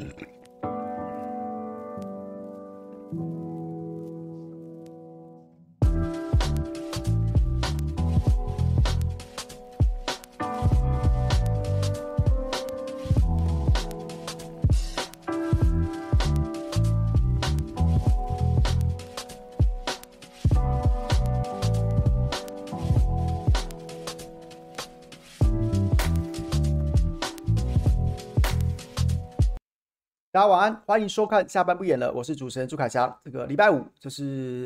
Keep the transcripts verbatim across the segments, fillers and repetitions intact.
大家晚安，欢迎收看下班不演了，我是主持人朱凯翔。这个礼拜五就是，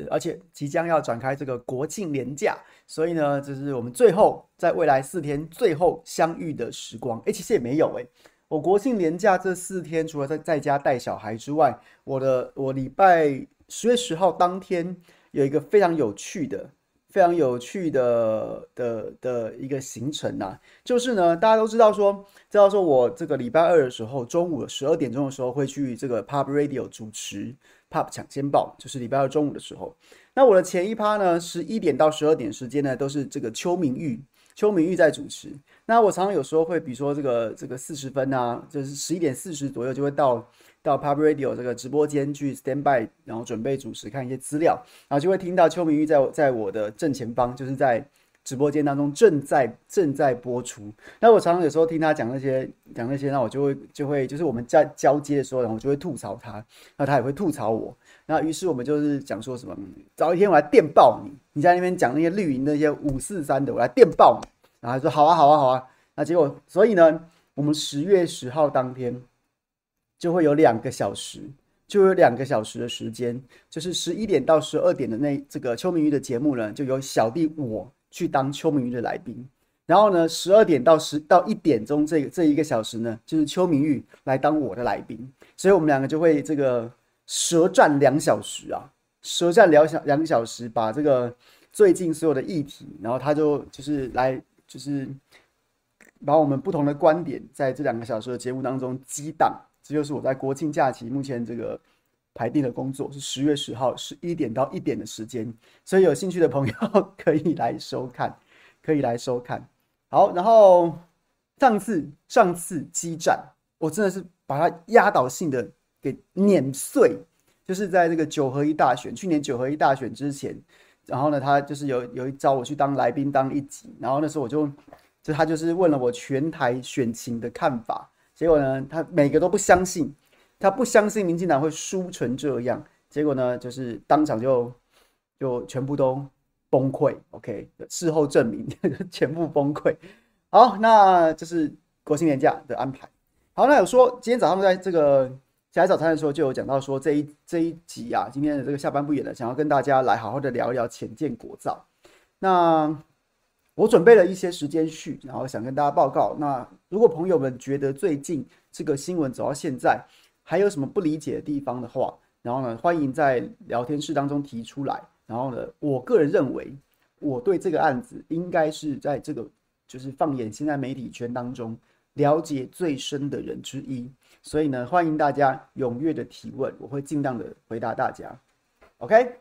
而且即将要展开这个国庆连假，所以呢，这是我们最后在未来四天最后相遇的时光。哎，其实也没有哎，我国庆连假这四天，除了在在家带小孩之外，我的我礼拜十月十号当天有一个非常有趣的。非常有趣的的的一个行程啊，就是呢，大家都知道说，知道说我这个礼拜二的时候，中午十二点钟的时候会去这个 Pub Radio 主持 Pub 抢先报，就是礼拜二中午的时候。那我的前一趴呢，十一点到十二点时间呢，都是这个邱明玉，邱明玉在主持。那我常常有时候会，比如说这个这个四十分啊，就是十一点四十左右就会到。到 Pub Radio 这个直播间去 stand by， 然后准备主持看一些资料，然后就会听到邱明玉在在我的正前方，就是在直播间当中正在正在播出。那我常常有时候听他讲那些讲那些，那我就会就会就是我们在交接的时候，然后我就会吐槽他，那他也会吐槽我。那于是我们就是讲说什么，早一天我来电爆你，你在那边讲那些绿营那些五四三的，我来电爆你。然后他说好啊好啊好啊。那结果所以呢，我们十月十号当天。就会有两个小时，就有两个小时的时间，就是十一点到十二点的那这个邱明玉的节目呢，就由小弟我去当邱明玉的来宾，然后呢，十二点到十到一点钟这这一个小时呢，就是邱明玉来当我的来宾，所以我们两个就会这个舌战两小时啊，舌战两小两小时，把这个最近所有的议题，然后他就就是来就是把我们不同的观点在这两个小时的节目当中激荡。这就是我在国庆假期目前这个排定的工作，是十月十号十一点到一点的时间，所以有兴趣的朋友可以来收看，可以来收看。好，然后上次上次激战，我真的是把它压倒性的给碾碎，就是在这个九合一大选，去年九合一大选之前，然后呢，他就是有有一招我去当来宾当一集，然后那时候我就就他就是问了我全台选情的看法。结果呢，他每个都不相信，他不相信民进党会输成这样。结果呢，就是当场就就全部都崩溃。OK， 事后证明全部崩溃。好，那就是国庆年假的安排。好，那有说今天早上在这个起来早餐的时候就有讲到说这一这一集啊，今天的这个下班不演了，想要跟大家来好好的聊一聊浅见国造。那我准备了一些时间序，然后想跟大家报告。那如果朋友们觉得最近这个新闻走到现在还有什么不理解的地方的话，然后呢，欢迎在聊天室当中提出来。然后呢，我个人认为，我对这个案子应该是在这个就是放眼现在媒体圈当中了解最深的人之一。所以呢，欢迎大家踊跃的提问，我会尽量的回答大家。OK。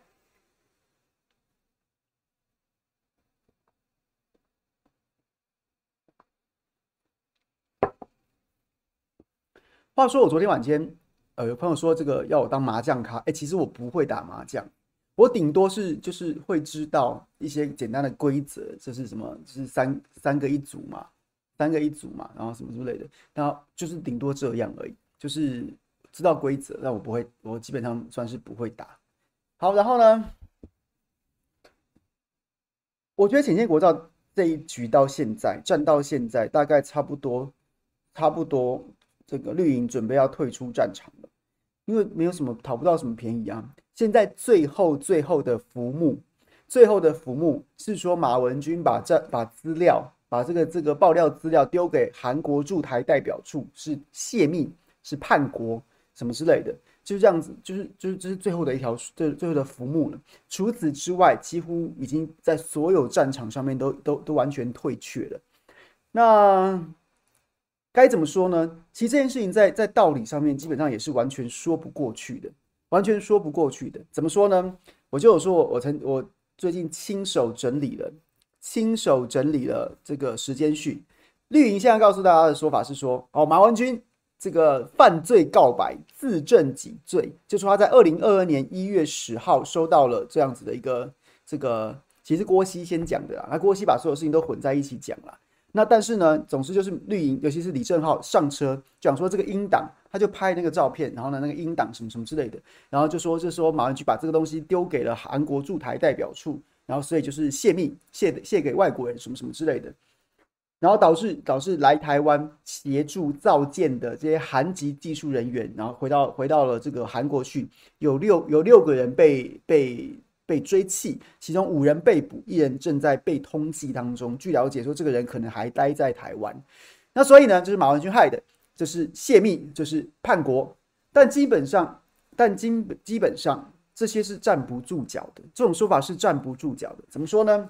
话说我昨天晚间，呃，有朋友说这个要我当麻将咖，哎、欸，其实我不会打麻将，我顶多是就是会知道一些简单的规则，这是什么？就是三三个一组嘛，三个一组嘛，然后什么之类的，然后就是顶多这样而已，就是知道规则，但我不会，我基本上算是不会打。好，然后呢，我觉得浅见国造这一局到现在战到现在，大概差不多，差不多。这个绿营准备要退出战场了，因为没有什么讨不到什么便宜啊。现在最后最后的浮木，最后的浮木是说马文君把这把资料，把这个这个爆料资料丢给韩国驻台代表处，是泄密，是叛国什么之类的，就是这样子，就是就是这是最后的一条，最最后的浮木了。除此之外，几乎已经在所有战场上面都都都完全退却了。那该怎么说呢？其实这件事情在在道理上面基本上也是完全说不过去的，完全说不过去的。怎么说呢？我就有说我，我曾我最近亲手整理了，亲手整理了这个时间序。绿营现在告诉大家的说法是说，哦，马文君这个犯罪告白，自证己罪，就说他在二零二二年一月十号收到了这样子的一个这个，其实郭熙先讲的啦，那郭熙把所有事情都混在一起讲啦。那但是呢，总之就是绿营，尤其是李正皓上车讲说这个英党，他就拍那个照片，然后呢那个英党什么什么之类的，然后就说就说马文君把这个东西丢给了韩国驻台代表处，然后所以就是泄密，泄泄给外国人什么什么之类的。然后导致导致来台湾协助造舰的这些韩籍技术人员，然后回到回到了这个韩国去，有六有六个人被被被追缉，其中五人被捕，一人正在被通缉当中。据了解说，这个人可能还待在台湾。那所以呢，就是马文君害的，就是泄密，就是叛国。但基本上，但基基本上这些是站不住脚的，这种说法是站不住脚的。怎么说呢？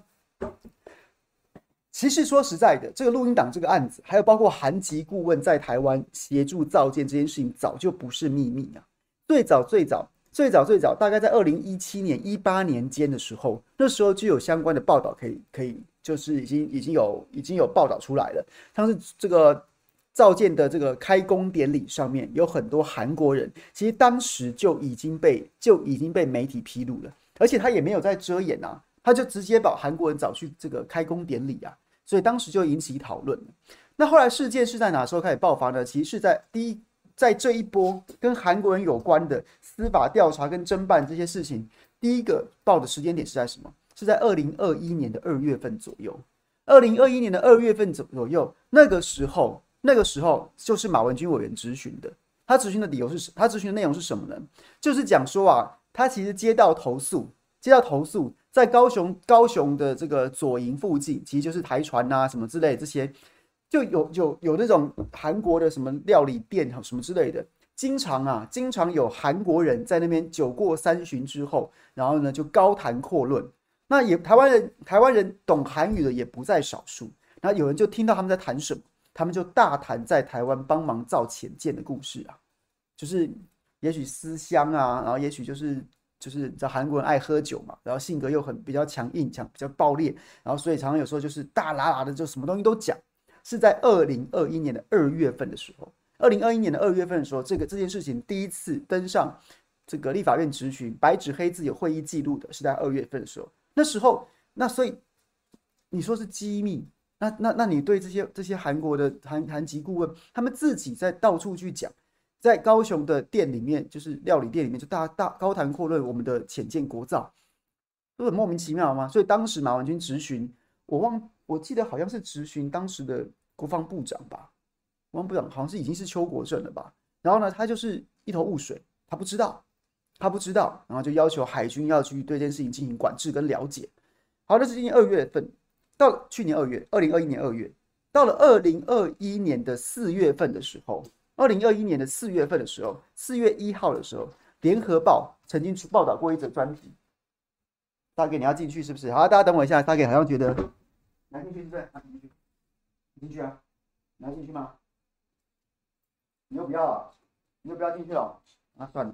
其实说实在的，这个录音档这个案子，还有包括韩籍顾问在台湾协助造舰这件事情，早就不是秘密啊。最早最早最早最早，大概在二零一七年、一八年间的时候，那时候就有相关的报道可以可以，就是已经已经有已经有报道出来了。像是这个造舰的这个开工典礼上面，有很多韩国人，其实当时就已经被就已经被媒体披露了，而且他也没有在遮掩啊，他就直接把韩国人找去这个开工典礼啊。所以当时就引起讨论了。那后来事件是在哪时候开始爆发呢？其实是在第一，在这一波跟韩国人有关的司法调查跟侦办这些事情，第一个报的时间点是在什么？是在二零二一年的二月份左右。二零二一年的二月份左右，那个时候，那个时候就是马文君委员质询的。他质询的理由是，他质询的内容是什么呢？就是讲说啊，他其实接到投诉，接到投诉。在高雄高雄的这个左营附近，其实就是台船啊什么之类的这些，就有有有那种韩国的什么料理店什么之类的，经常啊经常有韩国人在那边酒过三巡之后，然后呢就高谈阔论。那也台湾人台湾人懂韩语的也不在少数，然后有人就听到他们在谈什么，他们就大谈在台湾帮忙造潜舰的故事啊，就是也许思乡啊，然后也许就是。就是在韩国人爱喝酒嘛，然后性格又很比较强硬，强比较暴烈，然后所以常常有时候就是大喇喇的，就什么东西都讲。是在二零二一年的二月份的时候，二零二一年的二月份的时候，这个这件事情第一次登上这个立法院质询，白纸黑字有会议记录的，是在二月份的时候。那时候，那所以你说是机密，那那那你对这些这些韩国的韩韩籍顾问，他们自己在到处去讲。在高雄的店里面，就是料理店里面，就大大高谈阔论我们的潜舰国造，都很莫名其妙吗？所以当时马文君质询，我忘，我记得好像是质询当时的国防部长吧，国防部长好像是已经是邱国正了吧。然后呢，他就是一头雾水，他不知道，他不知道，然后就要求海军要去对这件事情进行管制跟了解。好，那是今年二月份，到了去年二月，二零二一年二月，到了二零二一年的四月份的时候。二零二一年的四月份的时候，四月一号的时候，联合报曾经报道过一则专题。大概你要进去是不是？好，大家等我一下。大概好像觉得，你要进去是不是？进去，进去啊！你要进去吗？你又不要啊？你又不要进去了？啊，算了。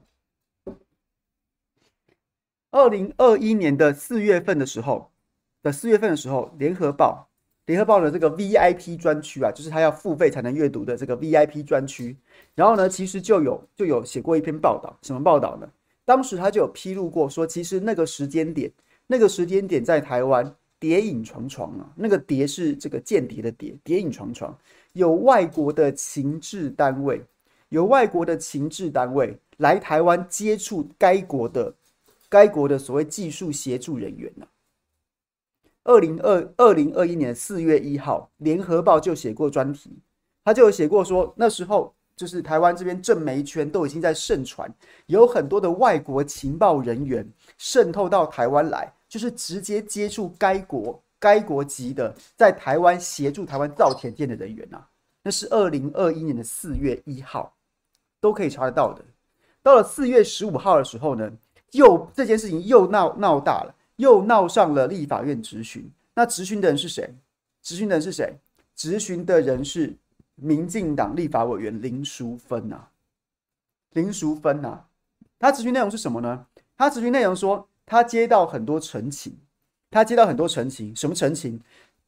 二零二一年的四月份的时候的四月份的时候，联合报。联合报的这个 V I P 专区啊，就是他要付费才能阅读的这个 V I P 专区。然后呢，其实就有就有写过一篇报道，什么报道呢？当时他就有披露过说，其实那个时间点，那个时间点在台湾谍影重重啊，那个谍是这个间谍的谍，谍影重重，有外国的情治单位，有外国的情治单位来台湾接触该国的该国的所谓技术协助人员啊。二零二一年四月一号，联合报就写过专题，他就有写过说，那时候就是台湾这边政媒圈都已经在盛传，有很多的外国情报人员渗透到台湾来，就是直接接触该国该国籍的，在台湾协助台湾造潜舰的人员啊。那是二零二一年的四月一号，都可以查得到的。到了四月十五号的时候呢，又这件事情又闹闹大了。又闹上了立法院质询，那质询的人是谁？质询的人是谁？质询的人是民进党立法委员林淑芬啊，林淑芬啊，他质询内容是什么呢？他质询内容说，他接到很多陈情，他接到很多陈情，什么陈情？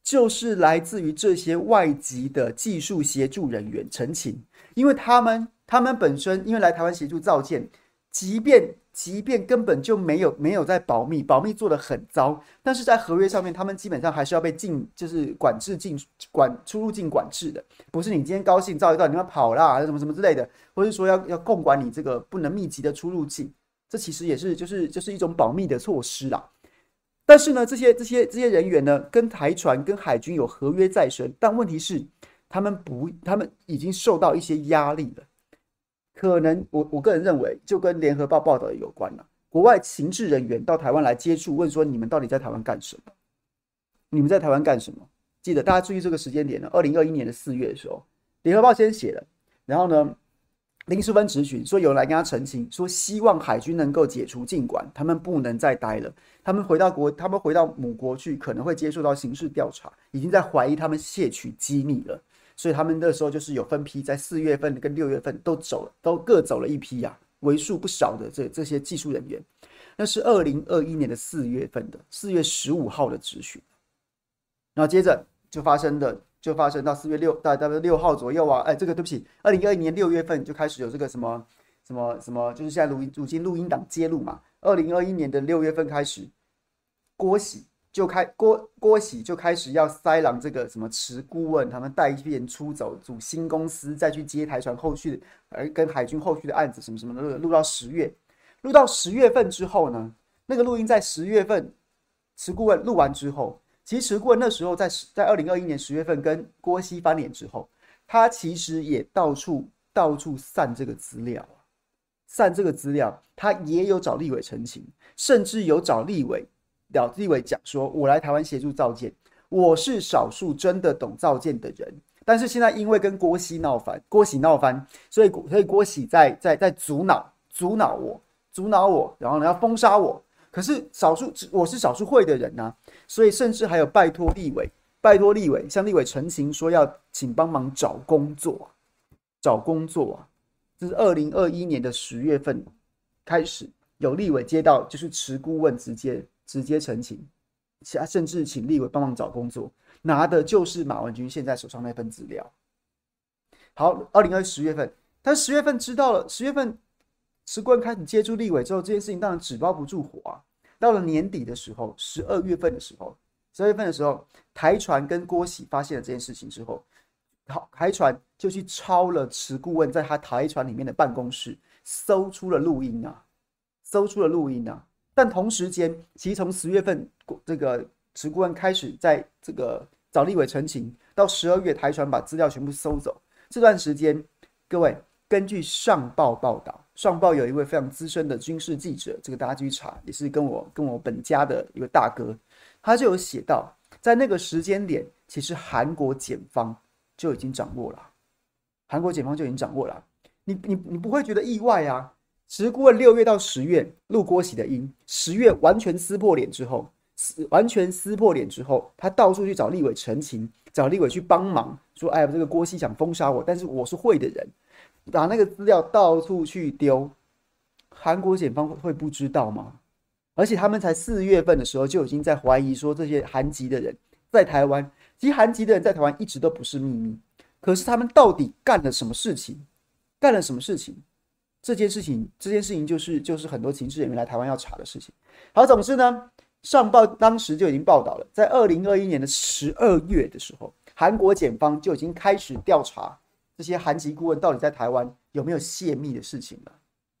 就是来自于这些外籍的技术协助人员陈情，因为他们他们本身因为来台湾协助造舰，即便即便根本就没有没有在保密，保密做得很糟，但是在合约上面，他们基本上还是要被禁，就是管制进管出入境管制的，不是你今天高兴造一造，你要跑啦，什么什么之类的，或是说要要控管你这个不能密集的出入境，这其实也是就是就是一种保密的措施啦。但是呢，这些这些这些人员呢，跟台船跟海军有合约在身，但问题是，他们不，他们已经受到一些压力了。可能我我个人认为，就跟联合报报道有关了。国外情治人员到台湾来接触，问说你们到底在台湾干什么？你们在台湾干什么？记得大家注意这个时间点呢，二零二一年的四月的时候，联合报先写了，然后呢，林淑芬质询说有人来跟他澄清，说希望海军能够解除禁管，他们不能再待了。他们回到国，他们回到母国去，可能会接受到刑事调查，已经在怀疑他们窃取机密了。所以他们那时候就是有分批，在四月份跟六月份都走了，都各走了一批啊，为数不少的这这些技术人员。那是二零二一年的四月份的四月十五号的质询，然后接着就发生的。就发生到四月六，大概六号左右啊，哎，这个对不起，二零二一年六月份就开始有这个什么什么什么，就是现在录音如今录音档揭露嘛。二零二一年的六月份开始，郭喜就开郭郭喜就开始要塞朗这个什么持顾问，他们带一批人出走，组新公司，再去接台船后续，而跟海军后续的案子什么什么的，录到十月，录到十月份之后呢，那个录音在十月份持顾问录完之后。其实顾问那时候在在二零二一年十月份跟郭熙翻脸之后，他其实也到处到处散这个资料啊，散这个资料，他也有找立委陈情，甚至有找立委，找立委讲说，我来台湾协助造舰，我是少数真的懂造舰的人，但是现在因为跟郭熙闹翻，郭喜闹翻，所以所以郭喜在在在阻挠阻挠我，阻挠我，然后呢要封杀我。可是少数，我是少数会的人啊，所以甚至还有拜托立委，拜托立委向立委陈情说要请帮忙找工作，找工作啊！这是二零二一年的十月份开始，有立委接到就是持顾问直接直接陈情，甚至请立委帮忙找工作，拿的就是马文君现在手上那份资料。好，二零二一十月份，但十月份知道了，十月份。持顾问开始接触立委之后，这件事情当然纸包不住火啊。到了年底的时候，十二月份的时候，十二月份的时候，台船跟郭喜发现了这件事情之后，台船就去抄了持顾问在他台船里面的办公室，搜出了录音啊，搜出了录音啊。但同时间，其实从十月份这个持顾问开始在这个找立委陈情，到十二月台船把资料全部收走，这段时间，各位。根据上报报道，上报有一位非常资深的军事记者，这个大家去查，也是跟我跟我本家的一位大哥，他就有写到，在那个时间点，其实韩国检方就已经掌握了，韩国检方就已经掌握了，你你你不会觉得意外啊？持顾问六月到十月录郭喜的音，十月完全撕破脸之后，完全撕破脸之后，他到处去找立委陈情，找立委去帮忙，说，哎呀，这个郭喜想封杀我，但是我是会的人。把那个资料到处去丢，韩国检方会不知道吗？而且他们才四月份的时候就已经在怀疑说这些韩籍的人在台湾，其实韩籍的人在台湾一直都不是秘密，可是他们到底干了什么事情？干了什么事情？这件事情，这件事情就是就是很多情治人员来台湾要查的事情。好，总之呢，上报当时就已经报道了，在二零二一年的十二月的时候，韩国检方就已经开始调查。这些韩籍顾问到底在台湾有没有泄密的事情了？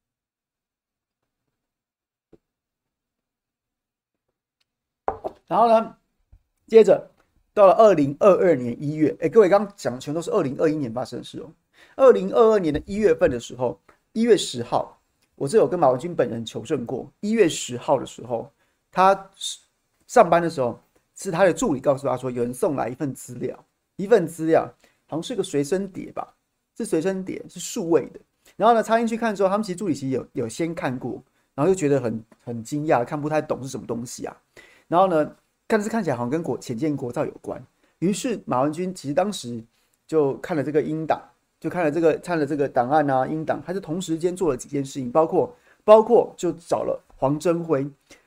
然后呢，接着到了二零二二年一月，哎，各位刚刚讲的全都是二零二一年发生的事哦。二零二二年的一月份的时候，一月十号，我这有跟马文君本人求证过。一月十号的时候，他上班的时候，是他的助理告诉他说，有人送来一份资料，一份资料。好像是个随身碟吧，是随身碟，是数位的。然后呢，插进去看之后，他们其实助理其实有有先看过，然后就觉得很很惊讶，看不太懂是什么东西啊。然后呢，但是看起来好像跟国潜舰国造有关。于是马文君其实当时就看了这个音档，就看了这个看了这个档案啊音档，他就同时间做了几件事情，包括包括就找了黄征辉，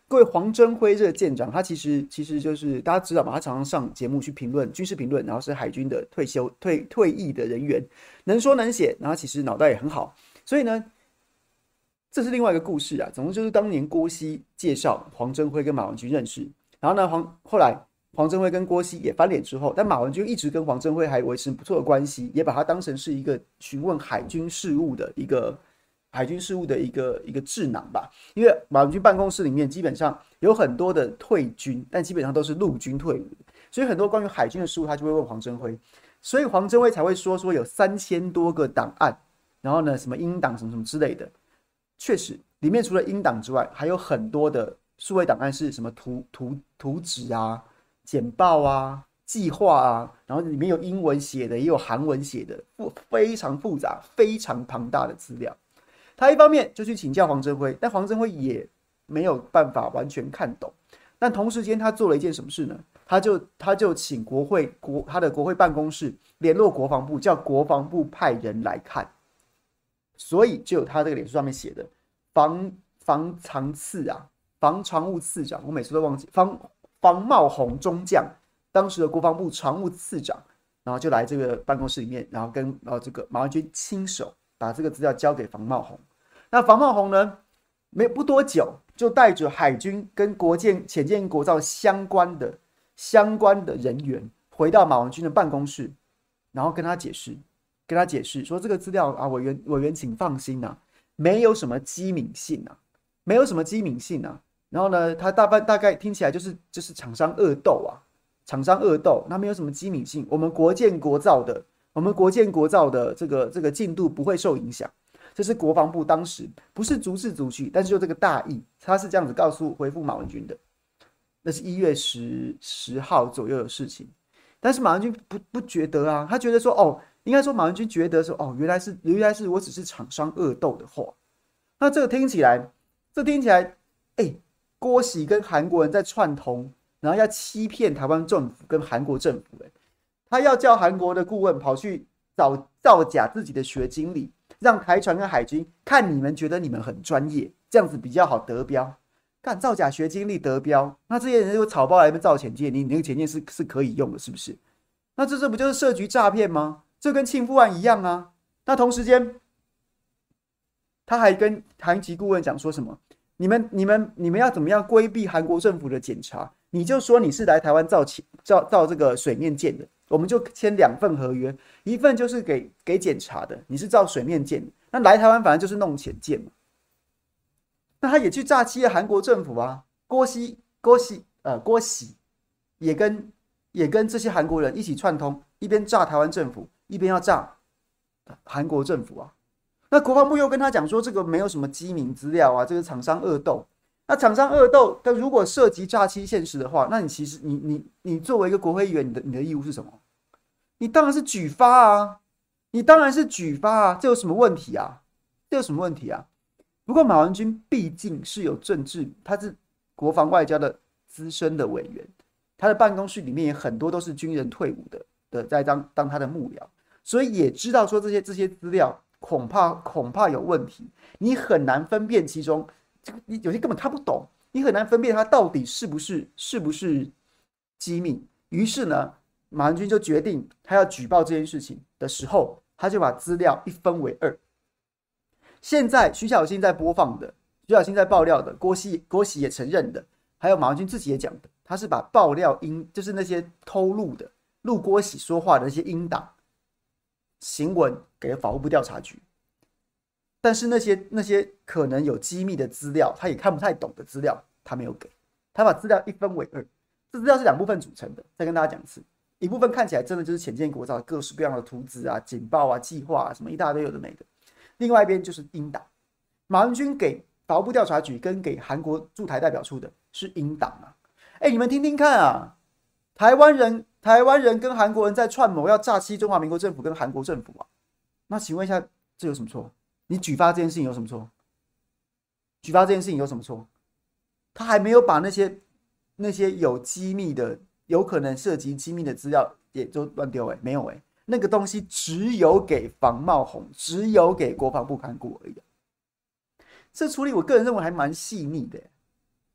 各位，黄征辉这个舰长，他其实其实就是大家知道嘛，他常常上节目去评论军事评论，然后是海军的退休退退役的人员，能说能写，然后其实脑袋也很好，所以呢，这是另外一个故事啊。总之就是当年郭熙介绍黄征辉跟马文君认识，然后呢黄后来黄征辉跟郭熙也翻脸之后，但马文君一直跟黄征辉还维持不错的关系，也把他当成是一个询问海军事务的一个。海军事务的一个一个智囊吧，因为马文君办公室里面基本上有很多的退军，但基本上都是陆军退伍，所以很多关于海军的事务他就会问黄征辉，所以黄征辉才会说说有三千多个档案，然后呢什么英档什么什么之类的，确实里面除了英档之外，还有很多的数位档案是什么图图图纸啊、简报啊、计划啊，然后里面有英文写的，也有韩文写的，非常复杂、非常庞大的资料。他一方面就去请教黄征辉，但黄征辉也没有办法完全看懂。但同时间，他做了一件什么事呢？他就他就请国会国他的国会办公室联络国防部，叫国防部派人来看。所以就有他这个脸书上面写的防防常次啊，防常务次长，我每次都忘记防防茂宏中将，当时的国防部常务次长，然后就来这个办公室里面，然后跟呃这个马文君亲手把这个资料交给房茂宏。那房茂宏呢，没不多久就带着海军跟国建潜舰国造相关的相关的人员回到马文君的办公室，然后跟他解释，跟他解释说这个资料啊，委员委员请放心啊，没有什么机敏性啊，没有什么机敏性啊。然后呢，他大半大概听起来就是就是厂商恶斗啊，厂商恶斗，那没有什么机敏性。我们国建国造的，我们国建国造的这个这个进度不会受影响。这是国防部当时不是逐字逐句，但是就这个大意，他是这样子告诉回复马文君的。那是一月十十号左右的事情，但是马文君不不觉得啊，他觉得说哦，应该说马文君觉得说哦，原来是原来是我只是厂商恶斗的话，那这个听起来，这听起来，哎、欸，郭喜跟韩国人在串通，然后要欺骗台湾政府跟韩国政府、欸，他要叫韩国的顾问跑去找造假自己的学经历。让台船跟海军看你们觉得你们很专业，这样子比较好得标。干造假学经历得标，那这些人就草包来那边造潜舰，你那个潜舰是是可以用的，是不是？那这这不就是设局诈骗吗？这跟庆富案一样啊。那同时间，他还跟韩籍顾问讲说什么？你们你们你们要怎么样规避韩国政府的检查？你就说你是来台湾造造造这个水面舰的。我们就签两份合约，一份就是给给检查的，你是造水面舰的，那来台湾反正就是弄潜舰嘛。那他也去诈欺了韩国政府啊，郭熙郭熙呃郭喜也跟也跟这些韩国人一起串通，一边诈台湾政府，一边要诈韩国政府啊。那国防部又跟他讲说，这个没有什么机密资料啊，这个厂商恶斗。那厂商恶斗，但如果涉及诈欺现实的话，那你其实你你你作为一个国会议员，你的你的义务是什么？你当然是举发啊，你当然是举发啊，这有什么问题啊？这有什么问题啊？不过马文君毕竟是有政治，他是国防外交的资深的委员，他的办公室里面也很多都是军人退伍的的在当当他的幕僚，所以也知道说这些这些资料恐怕恐怕有问题，你很难分辨其中。你有些根本看不懂，你很难分辨它到底是不是是不是机密。于是呢，马文君就决定他要举报这件事情的时候，他就把资料一分为二。现在徐小新在播放的，徐小新在爆料的，郭熙郭熙也承认的，还有马文君自己也讲的，他是把爆料音，就是那些偷录的录郭熙说话的那些音档行文给了法务部调查局。但是那些那些可能有机密的资料，他也看不太懂的资料，他没有给，他把资料一分为二。这资料是两部分组成的，再跟大家讲一次。一部分看起来真的就是潜舰国造的各式各样的图纸啊、警报啊、计划啊，什么一大堆有的没的。另外一边就是英档，马文君给法务部调查局跟给韩国驻台代表处的是英档啊。哎，你们听听看啊，台湾人台湾人跟韩国人在串谋要诈欺中华民国政府跟韩国政府啊。那请问一下，这有什么错？你举发这件事情有什么错？举发这件事情有什么错？他还没有把那些那些有机密的、有可能涉及机密的资料也都乱丢哎，没有哎，那个东西只有给房茂宏，只有给国防部看过而已。这处理我个人认为还蛮细腻的。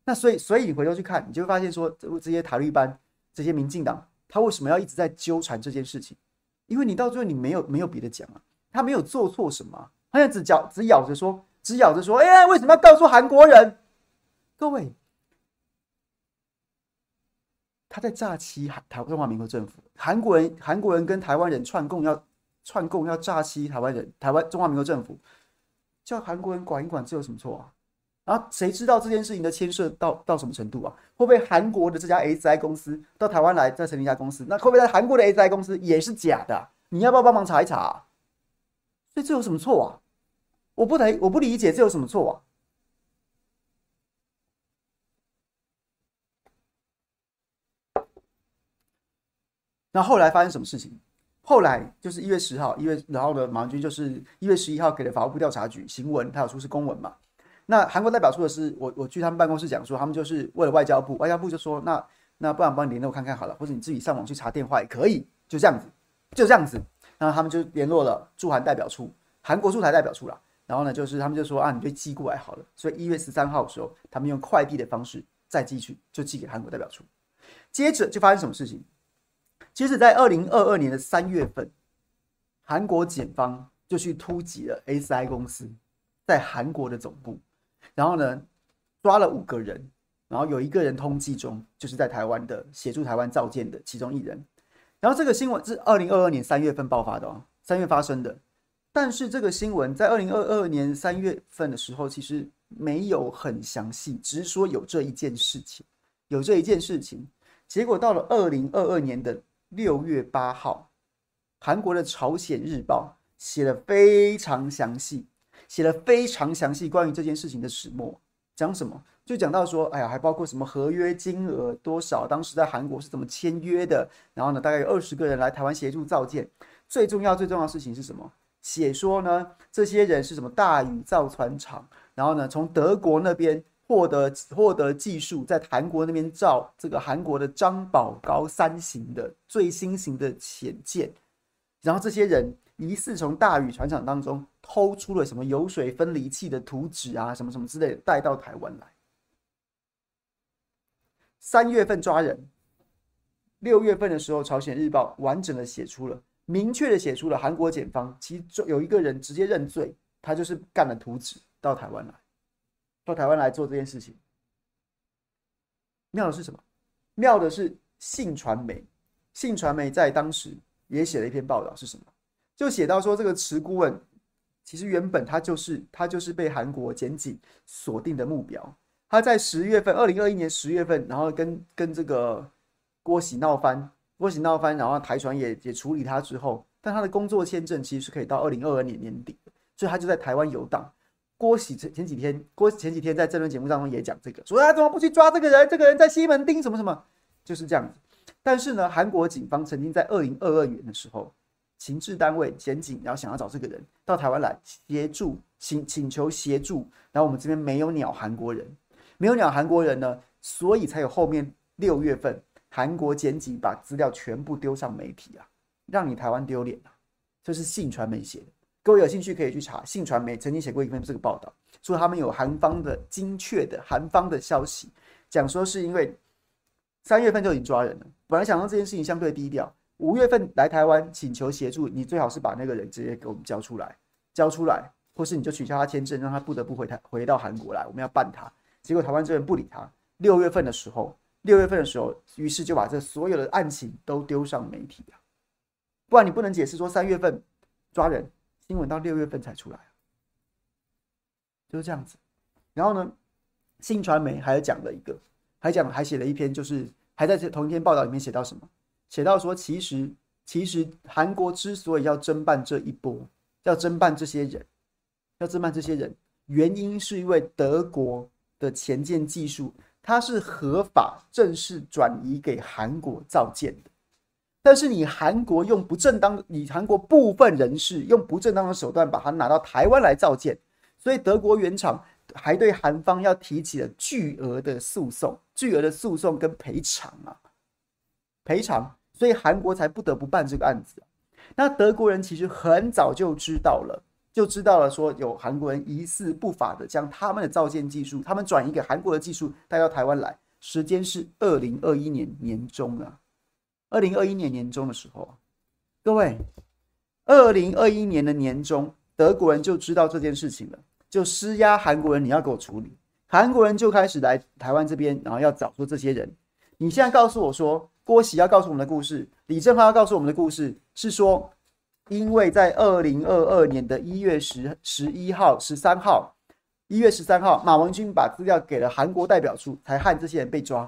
那所以所以你回头去看，你就会发现说，这这些塔利班、这些民进党，他为什么要一直在纠缠这件事情？因为你到最后你没有没有别的讲啊，他没有做错什么、啊，他只咬只咬着说，只咬着说，哎、欸，为什么要告诉韩国人？各位，他在诈欺台中华民国政府，韩国人韩国人跟台湾人串供要串供要诈欺台湾人，台湾中华民国政府叫韩国人管一管，这有什么错啊？然后谁知道这件事情的牵涉到到什么程度啊？会不会韩国的这家 S I 公司到台湾来再成立一家公司？那会不会在韩国的 S I 公司也是假的啊？你要不要帮忙查一查啊？所以这有什么错啊？我不理我不理解这有什么错啊？那后来发生什么事情？后来就是一月十号，一月然后呢，马文君就是一月十一号给了法务部调查局行文，他有出示公文嘛？那韩国代表处的是我，我去他们办公室讲说，他们就是为了外交部，外交部就说，那那不然帮你联络看看好了，或者你自己上网去查电话也可以，就这样子，就这样子。然后他们就联络了驻韩代表处，韩国驻台代表处啦。然后呢，就是他们就说啊，你就寄过来好了。所以一月十三号的时候，他们用快递的方式再寄去，就寄给韩国代表处。接着就发生什么事情？接着在二零二二年的三月份，韩国检方就去突击了 S I 公司在韩国的总部。然后呢，抓了五个人，然后有一个人通缉中，就是在台湾的协助台湾造舰的其中一人。然后这个新闻是二零二二年三月份爆发的哦，三月发生的。但是这个新闻在二零二二年三月份的时候，其实没有很详细，只是说有这一件事情，有这一件事情。结果到了二零二二年的六月八号，韩国的朝鲜日报写了非常详细。写了非常详细关于这件事情的始末，讲什么？就讲到说，哎呀，还包括什么合约金额多少，当时在韩国是怎么签约的，然后呢，大概有二十个人来台湾协助造舰。最重要、最重要的事情是什么？写说呢，这些人是什么大宇造船厂，然后呢，从德国那边获得获得技术，在韩国那边造这个韩国的张宝高三型的最新型的潜舰，然后这些人疑似从大宇船厂当中偷出了什么油水分离器的图纸啊，什么什么之类的，带到台湾来。三月份抓人，六月份的时候，朝鲜日报完整的写出了，明确的写出了韩国检方其实有一个人直接认罪，他就是干了图纸到台湾来，到台湾来做这件事情。妙的是什么？妙的是信传媒，信传媒在当时也写了一篇报道，是什么？就写到说，这个池顾问其实原本他就是他就是被韩国检警锁定的目标。他在十月份，二零二一年十月份，然后跟跟这个郭喜闹翻，郭喜闹翻，然后台船也也处理他之后，但他的工作签证其实是可以到二零二二年年底的，所以他就在台湾游荡。郭喜前几天，郭前几天在政论节目当中也讲这个，说他怎么不去抓这个人？这个人在西门町什么什么，就是这样子。但是呢，韩国警方曾经在二零二二年的时候，情治单位检警，然后想要找这个人到台湾来协助，请请求协助，然后我们这边没有鸟韩国人，没有鸟韩国人呢，所以才有后面六月份韩国检警把资料全部丢上媒体啊，让你台湾丢脸啊，这是信传媒写的。各位有兴趣可以去查，信传媒曾经写过一篇这个报道，说他们有韩方的精确的韩方的消息，讲说是因为三月份就已经抓人了，本来想让这件事情相对低调，五月份来台湾请求协助，你最好是把那个人直接给我们交出来，交出来，或是你就取消他签证，让他不得不回台回到韩国来，我们要办他。结果台湾这边不理他。六月份的时候，六月份的时候，于是就把这所有的案情都丢上媒体啊，不然你不能解释说三月份抓人，新闻到六月份才出来，就是这样子。然后呢，信传媒还讲了一个，还讲还写了一篇，就是还在同一篇报道里面写到什么？写到说，其实其实韩国之所以要侦办这一波，要侦办这些人，要侦办这些人，原因是因为德国的潜舰技术，它是合法正式转移给韩国造舰的。但是你韩国用不正当，你韩国部分人士用不正当的手段把它拿到台湾来造舰，所以德国原厂还对韩方要提起了巨额的诉讼，巨额的诉讼跟赔偿啊，赔偿，所以韩国才不得不办这个案子。那德国人其实很早就知道了， 就知道了说有韩国人疑似不法的将他们的造舰技术，他们转移给韩国的技术带到台湾来，时间是二零二一年年中啊，二零二一年年中的时候，各位，二零二一年的年中，德国人就知道这件事情了，就施压韩国人，你要给我处理。韩国人就开始来台湾这边，然后要找出这些人。你现在告诉我说，郭喜要告诉我们的故事，李正浩要告诉我们的故事，是说，因为在二零二二年的一月十十一号、十三号，一月十三号，马文君把资料给了韩国代表处，才害这些人被抓。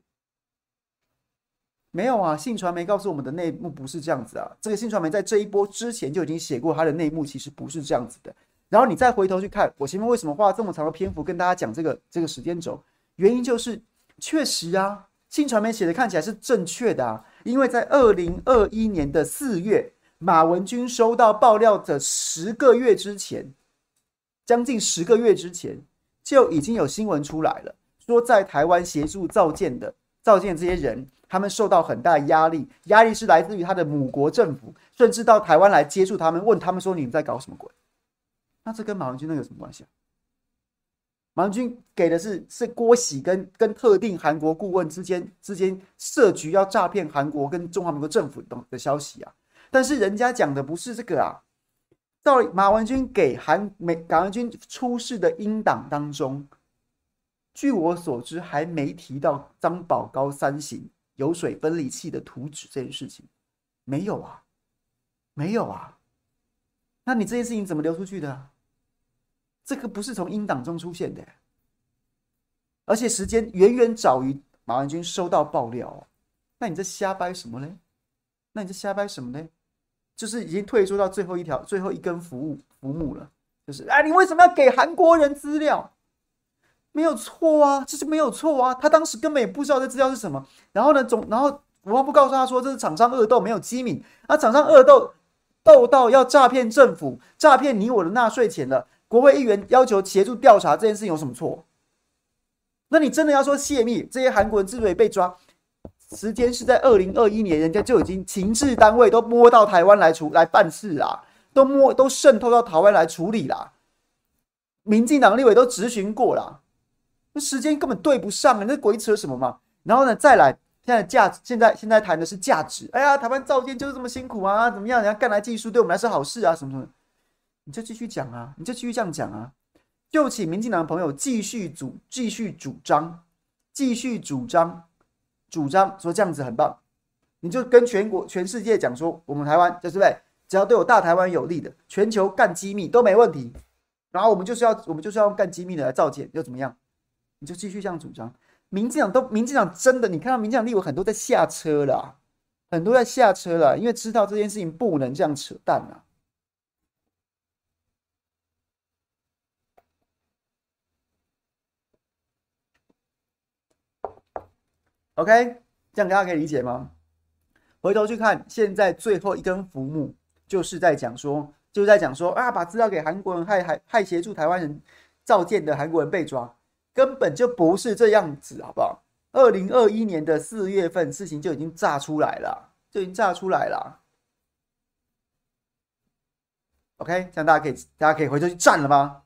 没有啊，信传媒告诉我们的内幕不是这样子啊。这个信传媒在这一波之前就已经写过他的内幕，其实不是这样子的。然后你再回头去看，我前面为什么花这么长的篇幅跟大家讲这个这个时间轴，原因就是确实啊，信传媒写的看起来是正确的啊，因为在二零二一年的四月，马文君收到爆料的十个月之前，将近十个月之前，就已经有新闻出来了，说在台湾协助造舰的造舰这些人，他们受到很大的压力，压力是来自于他的母国政府，甚至到台湾来接触他们，问他们说你们在搞什么鬼？那这跟马文君那有什么关系啊？马文君给的是是郭喜跟跟特定韩国顾问之间之间设局要诈骗韩国跟中华民国政府的消息啊，但是人家讲的不是这个啊。到马文君给韩美马文君出示的英档当中，据我所知还没提到张宝高三型油水分离器的图纸这件事情，没有啊，没有啊。那你这件事情怎么流出去的啊？这个不是从英档中出现的，而且时间远远早于马文君收到爆料哦。那你这瞎掰什么呢？那你这瞎掰什么呢？就是已经退缩到最后一条、最后一根浮木浮木了，就是啊，你为什么要给韩国人资料？没有错啊，这是没有错啊。他当时根本也不知道这资料是什么。然后呢，总然后国防部告诉他说，这是厂商恶斗，没有机敏。啊，厂商恶斗斗到要诈骗政府，诈骗你我的纳税钱了。国会议员要求协助调查这件事情有什么错？那你真的要说泄密，这些韩国人之所以被抓，时间是在二零二一年，人家就已经情治单位都摸到台湾来处来办事啦，都摸都渗透到台湾来处理啦，民进党立委都质询过啦，那时间根本对不上啊，那鬼扯什么嘛？然后呢，再来现在价现在现在谈的是价值，哎呀，台湾造舰就是这么辛苦啊，怎么样？人家干来技术对我们来说好事啊，什么什么。你就继续讲啊，你就继续这样讲啊，就请民进党的朋友继续主继续主张，继续主张主张说这样子很棒，你就跟全国全世界讲说，我们台湾就是对，只要对我大台湾有利的，全球干机密都没问题，然后我们就是要我们就是要用干机密的来造舰，又怎么样？你就继续这样主张。民进党都民进党真的，你看到民进党立委很多在下车了，很多在下车了，因为知道这件事情不能这样扯淡啊。OK， 这样大家可以理解吗？回头去看，现在最后一根浮木，就是在讲说，就是在讲说啊，把资料给韩国人，害害害协助台湾人造舰的韩国人被抓，根本就不是这样子，好不好？二零二一年的四月份，事情就已经炸出来了，就已经炸出来了。OK， 这样大家可以大家可以回头去站了吗？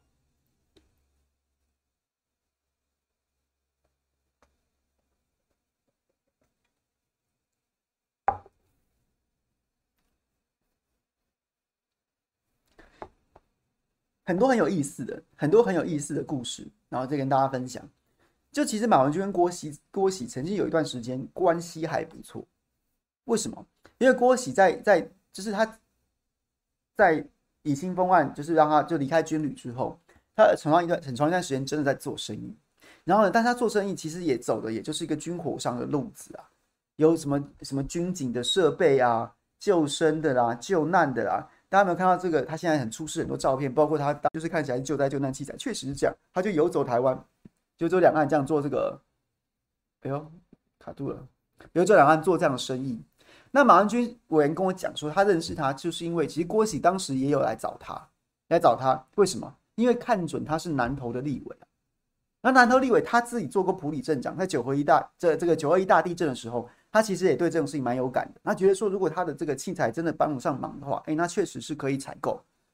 很多很有意思的，很多很有意思的故事，然后再跟大家分享。就其实马文君跟郭喜郭喜曾经有一段时间关系还不错，为什么？因为郭喜在在就是他在以清风案，就是让他就离开军旅之后，他很长一段很长一段时间真的在做生意。然后呢，但他做生意其实也走的也就是一个军火商的路子啊，有什么什么军警的设备啊、救生的啦、救难的啦。大家有没有看到这个？他现在很出示很多照片，包括他就是看起来救灾救难器材，确实是这样。他就游走台湾，游走两岸这样做这个，哎呦卡住了，游走两岸做这样的生意。那马文君委员跟我讲说，他认识他就是因为其实郭喜当时也有来找他，来找他，为什么？因为看准他是南投的立委。那南投立委他自己做过埔里镇长，在九合一大这这个九二一大地震的时候，他其实也对这种事情蛮有感的。他觉得说，如果他的这个器材真的帮不上忙的话，哎，那确实是可以采购。